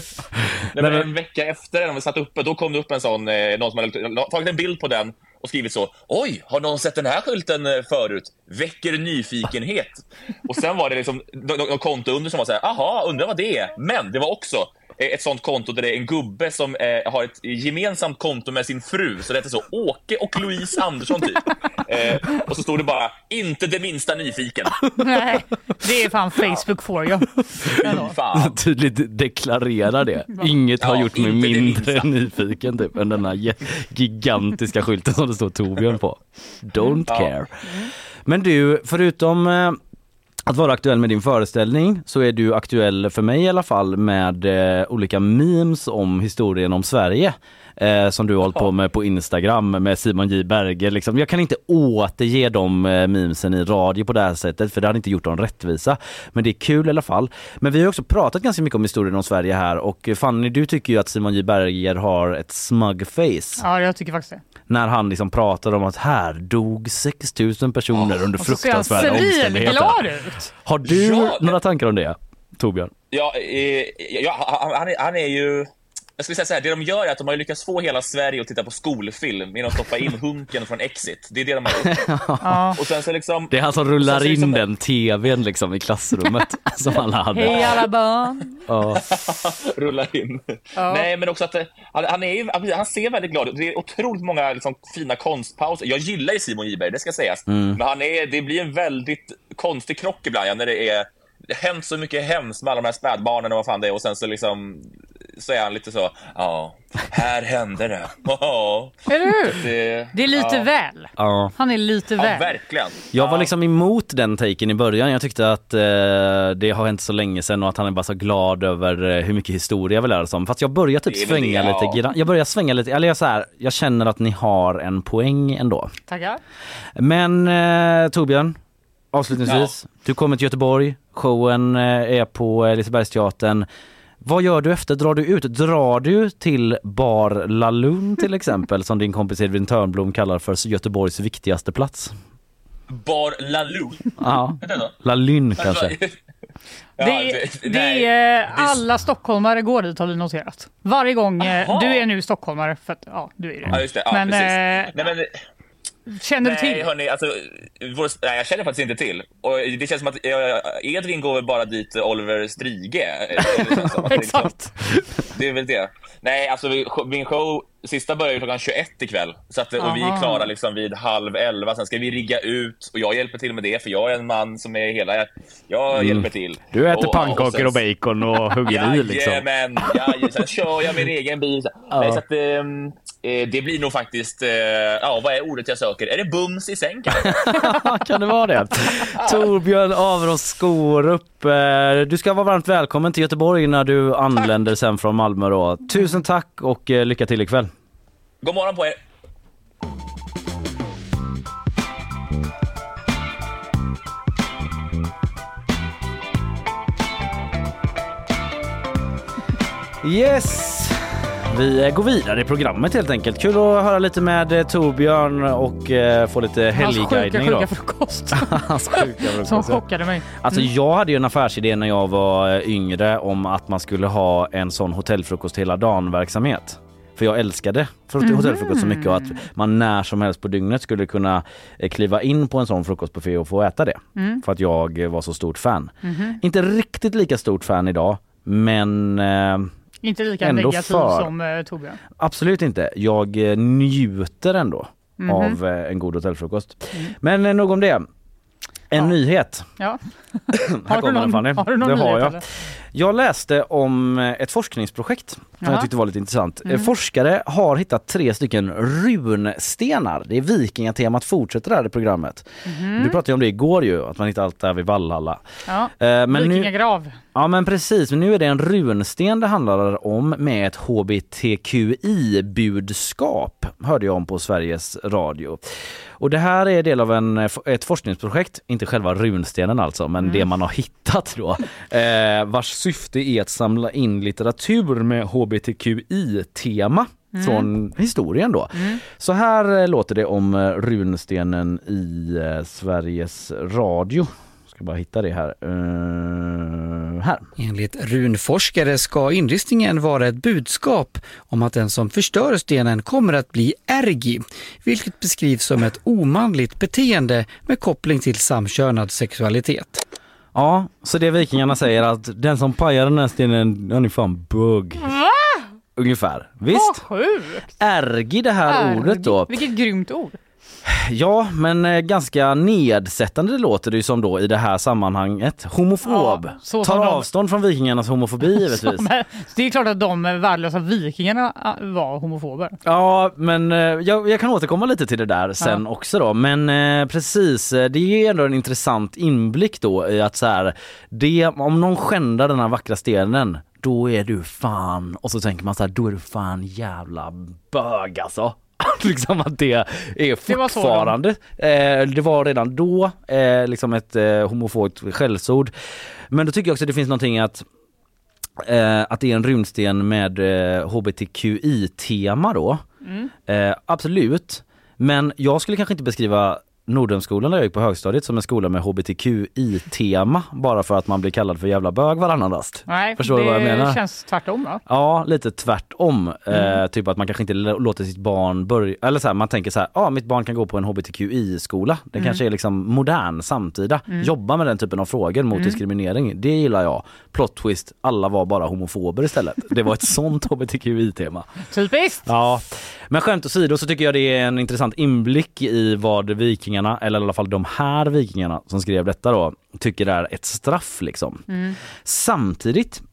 Nej, men en vecka efter när vi satt uppe, då kom det upp en sån, eh, någon som hade tagit en bild på den och skrivit så: oj, har någon sett den här skylten förut? Väcker nyfikenhet. Och sen var det liksom någon konto under som var så här: aha, undrar vad det är. Men det var också ett sånt konto där det är en gubbe som eh, har ett gemensamt konto med sin fru. Så det heter så Åke och Louise Andersson typ. eh, Och så stod det bara: inte det minsta nyfiken.
Nej, det är fan Facebook for you.
Fan.
Tydligt deklarera det. Inget har
Ja,
gjort mig
inte det
mindre
minsta.
nyfiken typ, än den här ge- gigantiska skylten som det står Torbjörn på. Don't
Ja.
care. Men du, förutom eh, att vara aktuell med din föreställning, så är du aktuell för mig i alla fall med eh, olika memes om historien om Sverige. Eh, som du har hållit på med på Instagram med Simon J. Berger. Liksom. Jag kan inte återge de eh, memesen i radio på det här sättet, för det hade inte gjort dem rättvisa. Men det är kul i alla fall. Men vi har också pratat ganska mycket om historien om Sverige här. Och Fanny, du tycker ju att Simon J. Berger har ett smug face.
Ja, jag tycker faktiskt det.
När han liksom pratar om att här dog sex tusen personer
Oh,
under
Och så ser han
fruktansvärda omständigheter.
glad ut.
Har du
Ja,
några tankar om det, Torbjörn?
Ja, eh, ja han, han, är, han är ju... Jag skulle säga så här, det de gör är att de har lyckats få hela Sverige att titta på skolfilm genom att stoppa in hunken från Exit. Det är det de har gjort.
Ja.
Och sen så liksom,
Det är han som rullar
så
in
liksom,
den tvn liksom i klassrummet som alla hade.
Hej alla barn.
Ja.
rullar in.
Ja.
Nej, men också att han, han, är, ju- han ser väldigt glad ut. Det är otroligt många liksom, fina konstpauser. Jag gillar ju Simon J. Berg, det ska sägas.
Mm.
Men han är, det blir en väldigt konstig krock ibland, ja, när det är det har hänt så mycket hemskt med alla de här spädbarnen och vad fan det är. Och sen så liksom så är han lite så, ja, här händer det. Ja.
Eller hur?
Det,
Det är lite
ja.
väl.
Ja.
Han är lite
Ja,
väl.
verkligen.
Jag var
Ja.
liksom emot den taken i början. Jag tyckte att eh, det har hänt så länge sedan och att han är bara så glad över eh, hur mycket historia vi lär oss om. Fast jag börjar typ
Det är väl
svänga
det, ja.
lite grann. Jag börjar svänga lite. Eller jag, så här, jag känner att ni har en poäng ändå.
Tackar.
Men eh, Torbjörn, avslutningsvis. Du kommer till Göteborg. Showen eh, är på eh, Lisebergsteatern. Vad gör du efter? Drar du ut? Drar du till Bar La Lune till exempel, som din kompis Edvin Törnblom kallar för Göteborgs viktigaste plats?
Bar La Lune.
Ja,
Är det så?
La Lune kanske.
Ja,
Det,
det-
det
nej.
är alla stockholmare går dit, har vi noterat. Varje gång eh,
Aha.
du är nu stockholmare, för att, ja, du är det.
Ja, just det. Ja,
Men,
precis.
eh,
Nej, men
Känner du
nej,
till?
hörni, alltså, vår, nej, jag känner faktiskt inte till. Och det känns som att eh, Edvin går väl bara dit Oliver Strige. Det känns som att det, liksom,
Exakt.
det är väl det. Nej, alltså vi, min show sista börjar ju klockan tjugoett ikväll. Så att, och vi är
Aha.
klara liksom vid halv elva. Sen ska vi rigga ut och jag hjälper till med det, för jag är en man som är hela... Jag
Mm.
hjälper till.
Du äter
Och-
pannkakor
och sen-
och bacon och hugger i liksom.
Jajamän, jajamän. Sen kör jag min egen bil.
Ja.
Nej, så att, ehm, eh, det blir nog faktiskt... Eh, ja, vad är ordet jag söker? Är det bums i säng kanske?
Kan det vara det? Torbjörn Averås Skorup, eh, du ska vara varmt välkommen till Göteborg när du anländer sen från Malmö då. Tusen tack och eh, lycka till ikväll.
God morgon på er.
Yes! Vi går vidare i programmet helt enkelt. Kul att höra lite med eh, Torbjörn och eh, få lite helgguidning då.
Hans sjuka, sjuka frukost.
Hans sjuka frukost.
Som chockade mig.
Alltså
Mm.
jag hade ju en affärsidé när jag var eh, yngre om att man skulle ha en sån hotellfrukost hela dagen-verksamhet. För jag älskade
Mhm.
hotellfrukost så mycket och att man när som helst på dygnet skulle kunna eh, kliva in på en sån frukostbuffé och få äta det.
Mm.
För att jag eh, var så stort fan.
Mhm.
Inte riktigt lika stort fan idag, men... Eh,
Inte lika
ändå
negativ
för.
som eh, Torbjörn.
Absolut inte. Jag eh, njuter ändå
Mhm.
av eh, en god hotellfrukost. Men eh, nog om det. En nyhet.
Ja.
Här kommer den, Fanny.
har du någon
Det har
nyhet,
jag.
eller?
Jag läste om eh, ett forskningsprojekt som
Jaha.
jag tyckte var lite intressant.
Mm.
Eh, Forskare har hittat tre stycken runstenar. Det är vikingatemat fortsätter här i programmet.
Mhm.
Du pratade ju om det igår ju, att man hittar allt där vid Valhalla.
Ja.
Eh, men nu,
Vikingagrav.
ja men precis, men nu är det en runsten det handlar om med ett H B T Q I-budskap, hörde jag om på Sveriges Radio. Och det här är del av en, ett forskningsprojekt, inte själva runstenen alltså, men
Mm.
det man har hittat då, eh, vars syfte är att samla in litteratur med H B T Q I-tema. mm. från historien då. Mm. Så här låter det om runstenen i eh, Sveriges Radio. Ska bara hitta det här. Uh, här.
Enligt runforskare ska inristningen vara ett budskap om att den som förstör stenen kommer att bli ärgig, vilket beskrivs som ett omanligt beteende med koppling till samkönad sexualitet.
Ja, så det vikingarna säger att den som pajar den här stenen, han är fan bugg.
Va?
Ungefär. Visst?
Vad sjukt.
Ärgig det här
Ärgig.
ordet då.
Vilket grymt ord.
Ja, men eh, ganska nedsättande låter det ju som då i det här sammanhanget. Homofob. Ja, tar avstånd de... från vikingarnas homofobi givetvis.
Som, det är klart att de värdelösa vikingarna var homofober.
Ja, men eh, jag, jag kan återkomma lite till det där sen ja. också då. Men eh, precis, det är ändå en intressant inblick då i att så här, det, om någon skändar den här vackra stenen, då är du fan, och så tänker man så här, då är du fan jävla bög alltså. liksom att det är fortfarande det var, eh, det var redan då eh, liksom ett eh, homofobt skällsord. Men då tycker jag också att det finns någonting att eh, att det är en runsten med eh, H B T Q I-tema då. Mm. Eh, absolut. Men jag skulle kanske inte beskriva Nordenskolan där jag gick på högstadiet som en skola med H B T Q I-tema bara för att man blir kallad för jävla bög varannan rast.
Nej,
förstår du vad jag menar?
Det känns tvärtom va?
Ja, lite tvärtom.
Mm.
Eh, typ att man kanske inte låter sitt barn börja, eller så här, man tänker så här, ja ah, mitt barn kan gå på en H B T Q I-skola. Den mm. kanske är liksom modern, samtida. Mm. Jobba med den typen av frågor mot mm. diskriminering. Det gillar jag. Plot twist, alla var bara homofober istället. Det var ett sånt H B T Q I-tema.
Typiskt!
Ja, men skämt åsido så tycker jag det är en intressant inblick i vad vikingarna, eller i alla fall de här vikingarna som skrev detta då, tycker är ett straff liksom. Mm. Samtidigt,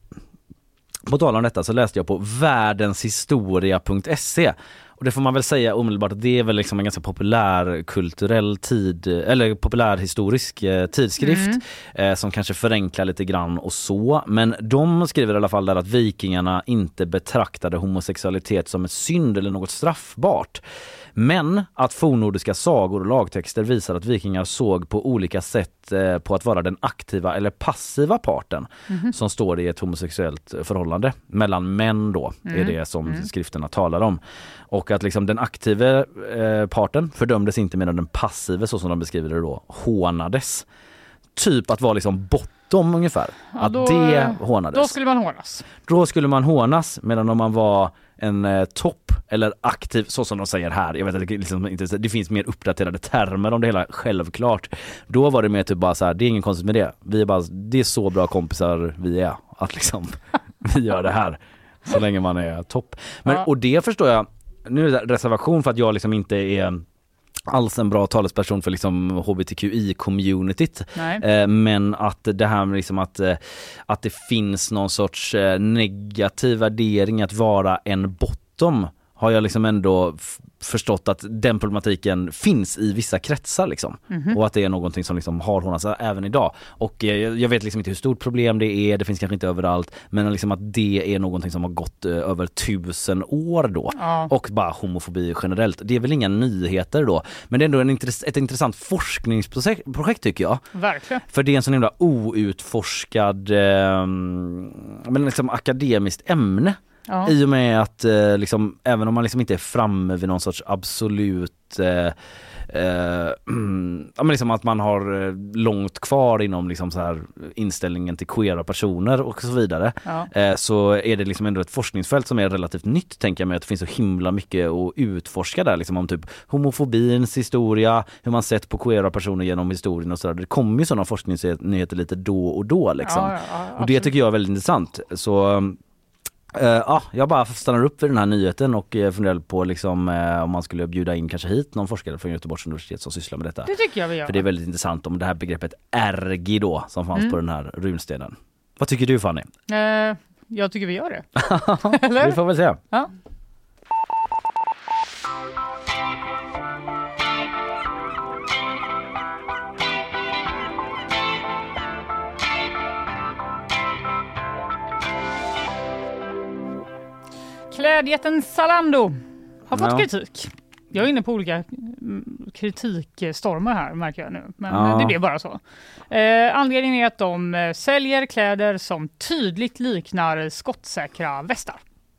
på tal om detta så läste jag på världenshistoria punkt se. Och det får man väl säga omedelbart att det är väl liksom en ganska populär kulturell tid, eller populär historisk eh, tidskrift mm. eh, som kanske förenklar lite grann och så. Men de skriver i alla fall där att vikingarna inte betraktade homosexualitet som ett synd eller något straffbart. Men att fornnordiska sagor och lagtexter visar att vikingar såg på olika sätt eh, på att vara den aktiva eller passiva parten mm. som står i ett homosexuellt förhållande mellan män då, mm. är det som mm. skrifterna talar om. Och att liksom den aktiva eh, parten fördömdes inte medan den passiva, så som de beskriver det då, hånades. Typ att vara liksom bottom ungefär.
Ja,
att
då,
det hånades.
Då skulle man hånas.
Då skulle man hånas, medan om man var en eh, topp eller aktiv, så som de säger här, jag vet att det, liksom inte, det finns mer uppdaterade termer om det hela, självklart. Då var det mer typ bara så här, det är ingen konstigt med det. Vi är bara, det är så bra kompisar vi är, att liksom vi gör det här så länge man är topp. Men, ja. Och det förstår jag, nu är det reservation för att jag liksom inte är alls en bra talesperson för liksom H B T Q I-communityt. Eh, men att det här med liksom att, eh, att det finns någon sorts eh, negativ värdering att vara en bottom, har jag liksom ändå f- förstått att den problematiken finns i vissa kretsar liksom. Mm-hmm. Och att det är någonting som liksom har hånats även idag. Och eh, jag vet liksom inte hur stort problem det är, det finns kanske inte överallt, men liksom att det är någonting som har gått eh, över tusen år då. Ja. Och bara homofobi generellt. Det är väl inga nyheter då, men det är ändå en intress- ett intressant forskningsprojekt projekt, tycker jag.
Verkligen.
För det är en sån himla outforskad eh, men liksom akademiskt ämne. Ja. I och med att eh, liksom, även om man liksom inte är framme vid någon sorts absolut eh, eh, ja, men liksom att man har eh, långt kvar inom liksom så här inställningen till queera personer och så vidare, ja. eh, så är det liksom ändå ett forskningsfält som är relativt nytt, tänker jag mig, att det finns så himla mycket att utforska där liksom, om typ homofobins historia, hur man sett på queera personer genom historien och sådär. Det kommer ju sådana forskningsnyheter lite då och då liksom. Ja, ja, ja, och det tycker jag är väldigt intressant. Så Uh, ja, jag bara stannar upp vid den här nyheten och uh, funderar på liksom, uh, om man skulle bjuda in kanske hit någon forskare från Göteborgs universitet som sysslar med detta.
Det tycker jag vi gör.
För det är väldigt intressant om det här begreppet ärgi då som fanns mm. på den här runstenen. Vad tycker du, Fanny?
Uh, jag tycker vi gör det.
Eller? Vi får väl se.
Ja. Klädjätten Zalando har fått ja. kritik. Jag är inne på olika kritikstormar här, märker jag nu. Men ja. det blir bara så. Eh, anledningen är att de säljer kläder som tydligt liknar skottsäkra västar.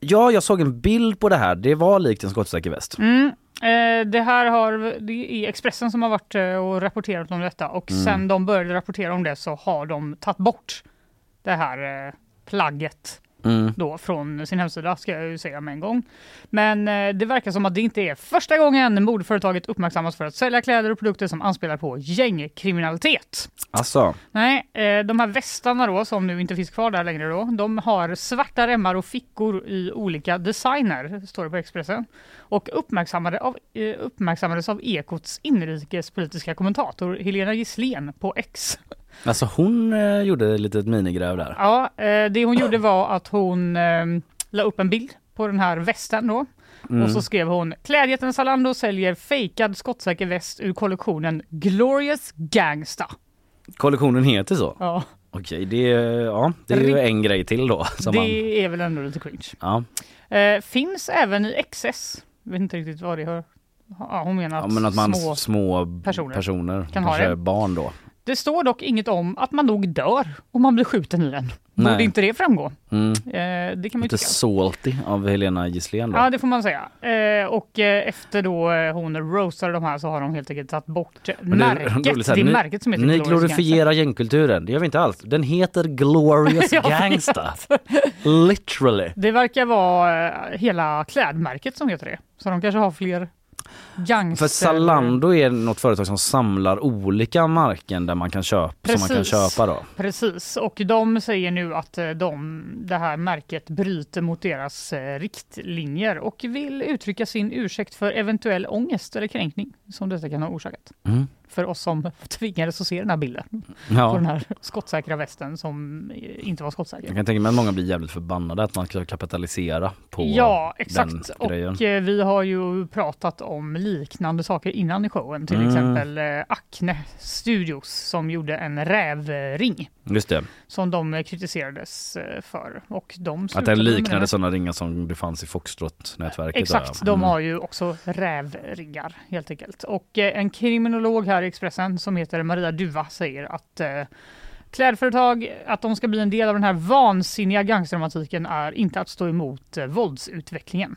Ja, jag såg en bild på det här. Det var likt en skottsäker väst.
Mm. Eh, det här har det är Expressen som har varit och rapporterat om detta och mm. sen de började rapportera om det så har de tagit bort det här eh, plagget mm. då från sin hemsida, ska jag ju säga med en gång. Men eh, det verkar som att det inte är första gången modeföretaget uppmärksammas för att sälja kläder och produkter som anspelar på gängkriminalitet.
Alltså.
Nej, eh, de här västarna då som nu inte finns kvar där längre då, de har svarta remmar och fickor i olika designer, står det på Expressen. Och uppmärksammade av, eh, uppmärksammades av Ekots inrikespolitiska kommentator Helena Gisslén på X.
Alltså hon eh, gjorde lite ett minigräv där.
Ja, eh, det hon gjorde var att hon eh, la upp en bild på den här västen då. Mm. Och så skrev hon: Klädjätten Zalando säljer fejkad skottsäker väst ur kollektionen Glorious Gangsta.
Kollektionen heter så?
Ja.
Okej, det är, ja, det är ju en grej till då. Som
det
man...
är väl ändå lite cringe.
Ja.
Eh, finns även i X S. Jag vet inte riktigt vad det hör. Ja, hon menar att,
ja, men att man
små,
små
personer,
personer
kan ha det.
Barn då.
Det står dock inget om att man nog dör om man blir skjuten i den.
Nej.
Borde inte det framgå?
Mm.
Eh, det kan man ju
lite
tycka.
salty av Helena Gisslén då.
Ja, det får man säga. Eh, och eh, efter då eh, hon roastade de här så har de helt enkelt tagit bort märket. Det, här, det är
ni,
märket som heter
Ni
Glorious
glorifierar gängkulturen. Det gör vi inte alls. Den heter Glorious Gangsta. Literally.
Det verkar vara eh, hela klädmärket som heter det. Så de kanske har fler gangster.
För Zalando är något företag som samlar olika märken där man kan köpa, som man kan köpa då.
Precis, och de säger nu att de, det här märket bryter mot deras eh, riktlinjer och vill uttrycka sin ursäkt för eventuell ångest eller kränkning som detta kan ha orsakat.
Mm.
För oss som tvingades att se den här bilden
ja.
på den här skottsäkra västen som inte var skottsäker.
Jag kan tänka mig att många blir jävligt förbannade att man ska kapitalisera på
ja, exakt.
den
och
grejen.
Eh, vi har ju pratat om liknande saker innan i showen. Till mm. exempel eh, Acne Studios som gjorde en rävring.
Just det.
Som de kritiserades eh, för. Och de
att den liknade sådana ringar som det fanns i Foxtrot-nätverket.
Exakt,
där.
de
Mm.
har ju också rävringar helt enkelt. Och eh, en kriminolog här i Expressen som heter Maria Duva säger att eh, klädföretag, att de ska bli en del av den här vansinniga gangsterromantiken är inte att stå emot eh, våldsutvecklingen.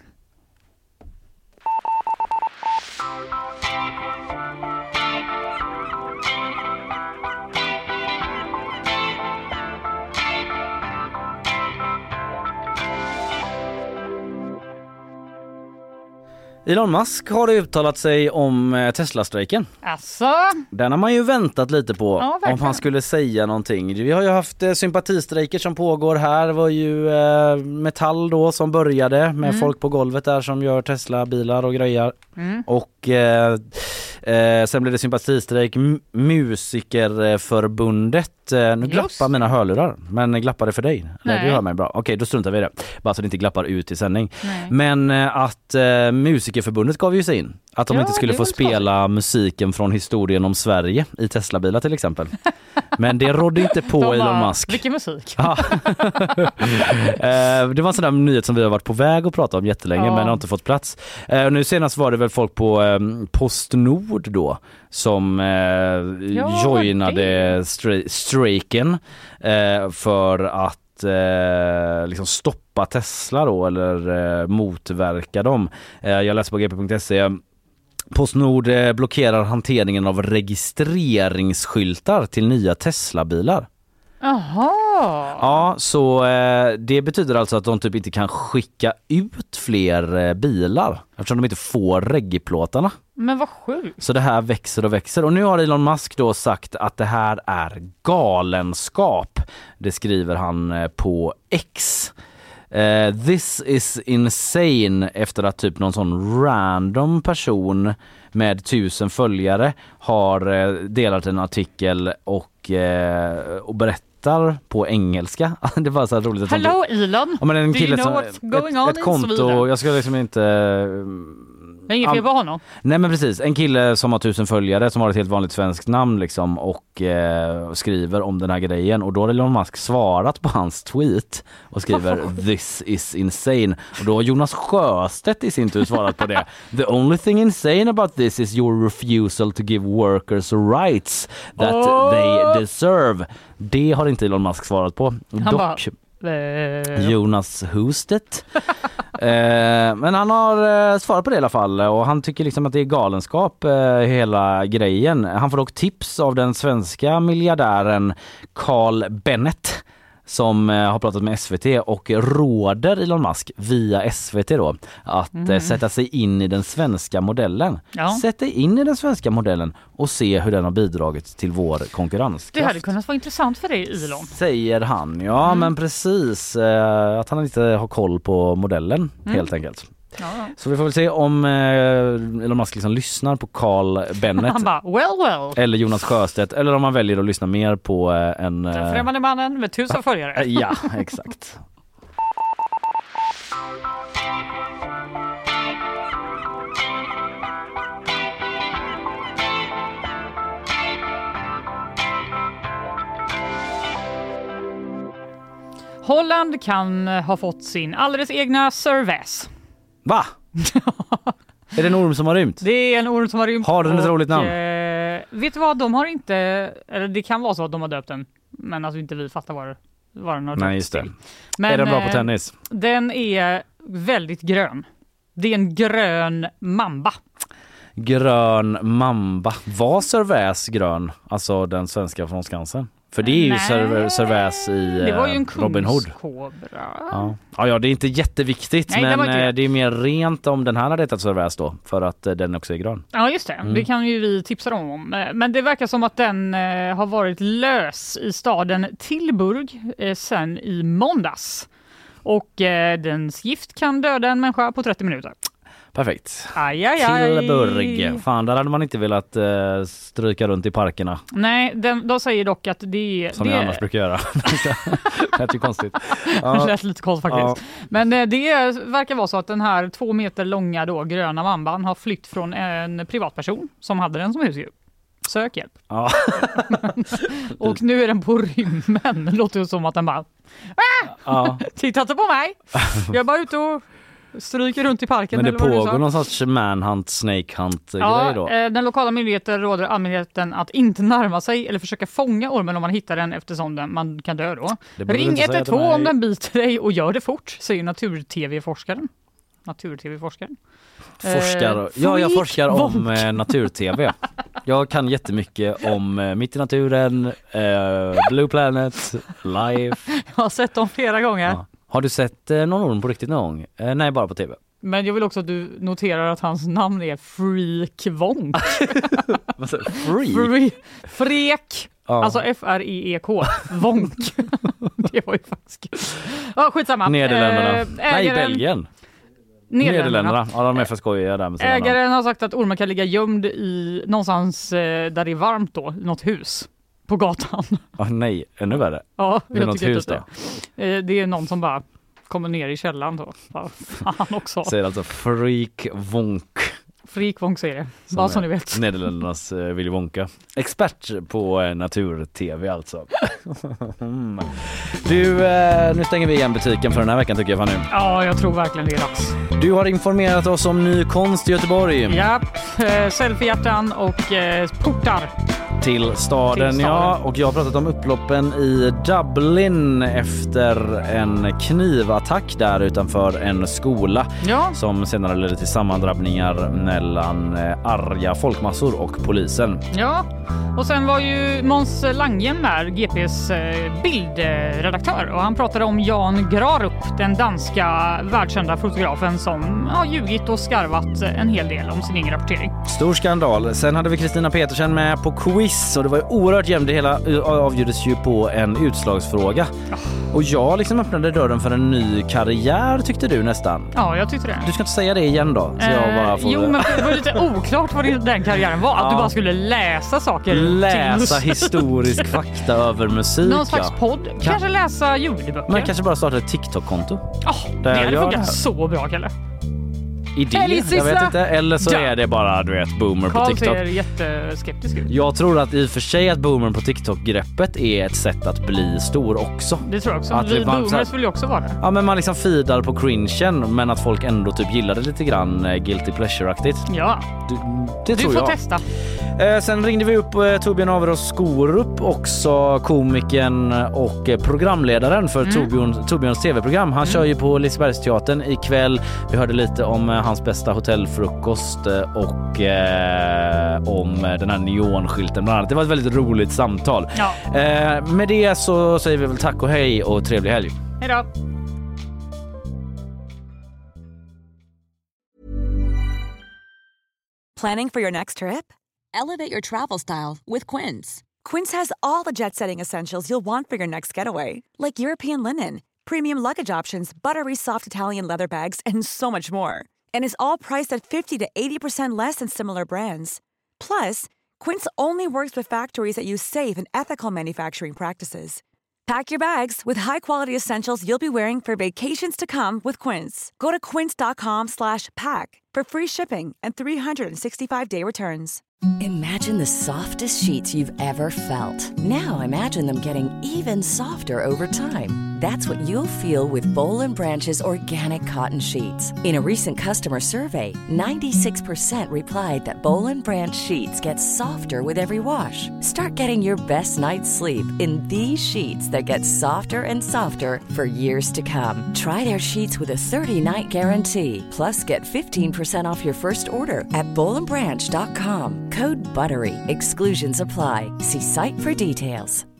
Elon Musk har uttalat sig om Tesla-strejken.
Asså?
Den har man ju väntat lite på,
ja,
om han skulle säga någonting. Vi har ju haft eh, sympatistrejker som pågår här. Det var ju eh, Metall då som började med mm. folk på golvet där som gör Tesla-bilar och grejer. Mm. Och eh, eh, sen blev det sympatistrejk. M- Musikerförbundet. Eh, nu glappar mina hörlurar, men glappar det för dig? Nej, du hör mig bra. Okej, då struntar vi i det. Bara så det inte glappar ut i sändning. Nej. Men eh, att eh, Musikerförbundet gav ju sig in. Att de ja, inte skulle få spela så. musiken från historien om Sverige i Tesla-bilar till exempel. Men det rådde inte på de Elon bara, Musk.
Vilken musik?
Ja. Det var en sån där nyhet som vi har varit på väg att prata om jättelänge ja. men har inte fått plats. Nu senast var det väl folk på Postnord då som ja, joinade stra- strejken för att eh, liksom stoppa Tesla då eller eh, motverka dem. Eh, jag läste på g p punkt se. Postnord eh, blockerar hanteringen av registreringsskyltar till nya Tesla-bilar.
Aha.
Ja, så eh, det betyder alltså att de typ inte kan skicka ut fler eh, bilar eftersom de inte får regiplåtarna.
Men vad sjukt.
Så det här växer och växer. Och nu har Elon Musk då sagt att det här är galenskap. Det skriver han eh, på X. Uh, this is insane efter att typ någon sån random person med tusen följare har uh, delat en artikel och, uh, och berättar på engelska. Det var så här roligt.
Hello Elon,
ja, men en
do
kille
you know
som,
what's going
ett,
on
ett
in
konto,
Sweden?
jag ska liksom inte...
Det är inget fel på honom.
Nej men precis, en kille som har tusen följare som har ett helt vanligt svenskt namn liksom och eh, skriver om den här grejen och då har Elon Musk svarat på hans tweet och skriver this is insane och då har Jonas Sjöstedt i sin tur svarat på det. The only thing insane about this is your refusal to give workers rights that oh. they deserve. Det har inte Elon Musk svarat på.
Han
Dock
bara, Eh,
Jonas Hustet. eh, men han har eh, svarat på det i alla fall och han tycker liksom att det är galenskap eh, hela grejen. Han får dock tips av den svenska miljardären Carl Bennet som eh, har pratat med S V T och råder Elon Musk via S V T då att mm. eh, sätta sig in i den svenska modellen.
Ja.
Sätta in i den svenska modellen och se hur den har bidragit till vår konkurrenskraft.
Det hade kunnat vara intressant för dig, Elon.
Säger han, ja mm. men precis. Eh, att han inte har koll på modellen mm. helt enkelt.
Ja, ja.
Så vi får väl se om eh, Elon Musk liksom lyssnar på Carl Bennet.
Han bara, well, well.
Eller Jonas Sjöstedt. Eller om man väljer att lyssna mer på eh, en... Eh,
Den främmande mannen med tusen följare.
Eh, ja, exakt.
Holland kan ha fått sin alldeles egna Cervaz.
Va? Är det en orm som har rymt?
Det är en orm som har rymt.
Har den ett
och,
roligt namn?
Eh, vet du vad, de har inte... Eller det kan vara så att de har döpt den. Men alltså inte vi fattar vad, vad den har döpt.
Nej, just det.
Men,
är den bra på
eh,
tennis?
Den är väldigt grön. Det är en grön mamba.
Grön mamba. Var Cervaz grön? Alltså den svenska från Skansen? För det är ju Cerv- Cervaz i
det var ju en
Robin Hood. Ja. Ja, ja, det är inte jätteviktigt. Nej, men det, det är mer rent om den här hade hetat Cervaz då. För att den också är grön.
Ja, just det.
Mm.
Det kan ju vi tipsa dem om. Men det verkar som att den eh, har varit lös i staden Tilburg eh, sen i måndags. Och eh, dens gift kan döda en människa på trettio minuter.
Perfekt.
Aj, aj, aj.
Tilburg. Fan, där hade man inte velat uh, stryka runt i parkerna.
Nej, den, de säger dock att det är...
Som
det
jag annars brukar göra. Det lät ju konstigt.
Ja. Det lät lite konstigt faktiskt. Ja. Men det, det verkar vara så att den här två meter långa då, gröna mamban har flytt från en privatperson som hade den som husdjur. Sök hjälp.
Ja.
Och nu är den på rymmen. Det låter som att den bara... Ah! Ja. Titta inte på mig! Jag är bara ute och... stryker runt i parken.
Men det
eller vad
pågår någon sorts manhunt, snake hunt
ja,
grej då?
Den lokala myndigheten råder allmänheten att inte närma sig eller försöka fånga ormen om man hittar den eftersom den, man kan dö då. Ring ett ett två om den biter dig och gör det fort, säger natur-tv-forskaren. Natur-tv-forskaren.
Forskar. Eh, ja, jag forskar om eh, natur-tv. Jag kan jättemycket om eh, Mitt i naturen, eh, Blue Planet, Life.
Jag har sett dem flera gånger.
Ja. Har du sett eh, någon orm på riktigt någon gång? Eh, nej, bara på tv.
Men jag vill också att du noterar att hans namn är Freak Wonk.
Vad säger Freak?
Free, Frek.
Ja.
Alltså F R E E K. Wonk. Det var ju faktiskt kul. Ja, skitsamma.
Nederländerna.
Äh,
nej, Belgien.
Nederländerna.
Nederländerna. Ja, de är för skojiga där med sina
Ägaren
namn.
har sagt att ormar kan ligga gömd i någonstans eh, där det är varmt då, i något hus. På gatan.
Oh, nej, ännu värre.
Ja,
det är något hus då.
Det. det är någon som bara kommer ner i källaren då. Fan också.
Säger alltså Freak Wonk.
Freak Wonk säger det. Som bara så ni vet.
Nederländernas uh, Willy Wonka. Expert på uh, natur-tv alltså. mm. Du, uh, nu stänger vi igen butiken för den här veckan tycker jag, Fanny.
Ja, jag tror verkligen det är dags.
Du har informerat oss om ny konst i Göteborg.
Japp, uh, selfiehjärtan och uh, portar.
Till staden, till staden, ja. Och jag har pratat om upploppen i Dublin efter en knivattack där utanför en skola.
Ja.
Som senare ledde till sammandrabbningar mellan arga folkmassor och polisen.
Ja, och sen var ju Måns Langen där, G P:s bildredaktör. Och han pratade om Jan Grarup, den danska världskända fotografen som har ljugit och skarvat en hel del om sin egen rapportering.
Stor skandal. Sen hade vi Kristina Petersen med på quiz och det var ju oerhört jämnt. Det hela avgjordes ju på en utslagsfråga. Oh. Och jag liksom öppnade dörren för en ny karriär tyckte du nästan.
Ja, jag tyckte det.
Du ska inte säga det igen då? Så jag bara får...
Jo, men det var lite oklart vad den karriären var. Att ja. Du bara skulle läsa saker.
Läsa till... historisk fakta över musik.
Någon slags podd. Kan... Kanske läsa ljudböcker.
Men kanske bara starta ett TikTok-konto.
Ja, oh, det hade funkat så bra, Kalle.
Idé, jag vet inte. Eller så ja. Är det bara, du vet, boomer
Carl
på TikTok.
Ser jätteskeptisk ut.
Jag tror att i och för sig att boomer på TikTok-greppet är ett sätt att bli stor också.
Det tror jag också.
Att
vi boomers vill ju också vara det.
Ja, men man liksom feedar på cringen, men att folk ändå typ gillar det lite grann guilty pleasure-aktigt.
Ja.
Du, det
du
tror
får
jag.
testa.
Eh, sen ringde vi upp eh, Torbjörn Averås Skorup, också komikern och eh, programledaren för mm. Torbjörn, Torbjörns tv-program. Han mm. kör ju på Lisebergsteatern ikväll. Vi hörde lite om eh, hans bästa hotellfrukost eh, och eh, om eh, den här neonskylten bland annat. Det var ett väldigt roligt samtal. Ja. Eh, med det så säger vi väl tack och hej och trevlig helg.
Hej då!
Planning for your next trip? Elevate your travel style with Quince. Quince has all the jet-setting essentials you'll want for your next getaway, like European linen, premium luggage options, buttery soft Italian leather bags, and so much more. And is all priced at fifty to eighty percent less than similar brands. Plus, Quince only works with factories that use safe and ethical manufacturing practices. Pack your bags with high-quality essentials you'll be wearing for vacations to come with Quince. Go to quince.com slash pack for free shipping and three sixty-five day returns.
Imagine the softest sheets you've ever felt. Now imagine them getting even softer over time. That's what you'll feel with Boll and Branch's organic cotton sheets. In a recent customer survey, ninety-six percent replied that Boll and Branch sheets get softer with every wash. Start getting your best night's sleep in these sheets that get softer and softer for years to come. Try their sheets with a thirty-night guarantee. Plus, get fifteen percent off your first order at boll and branch dot com. Code BUTTERY. Exclusions apply. See site for details.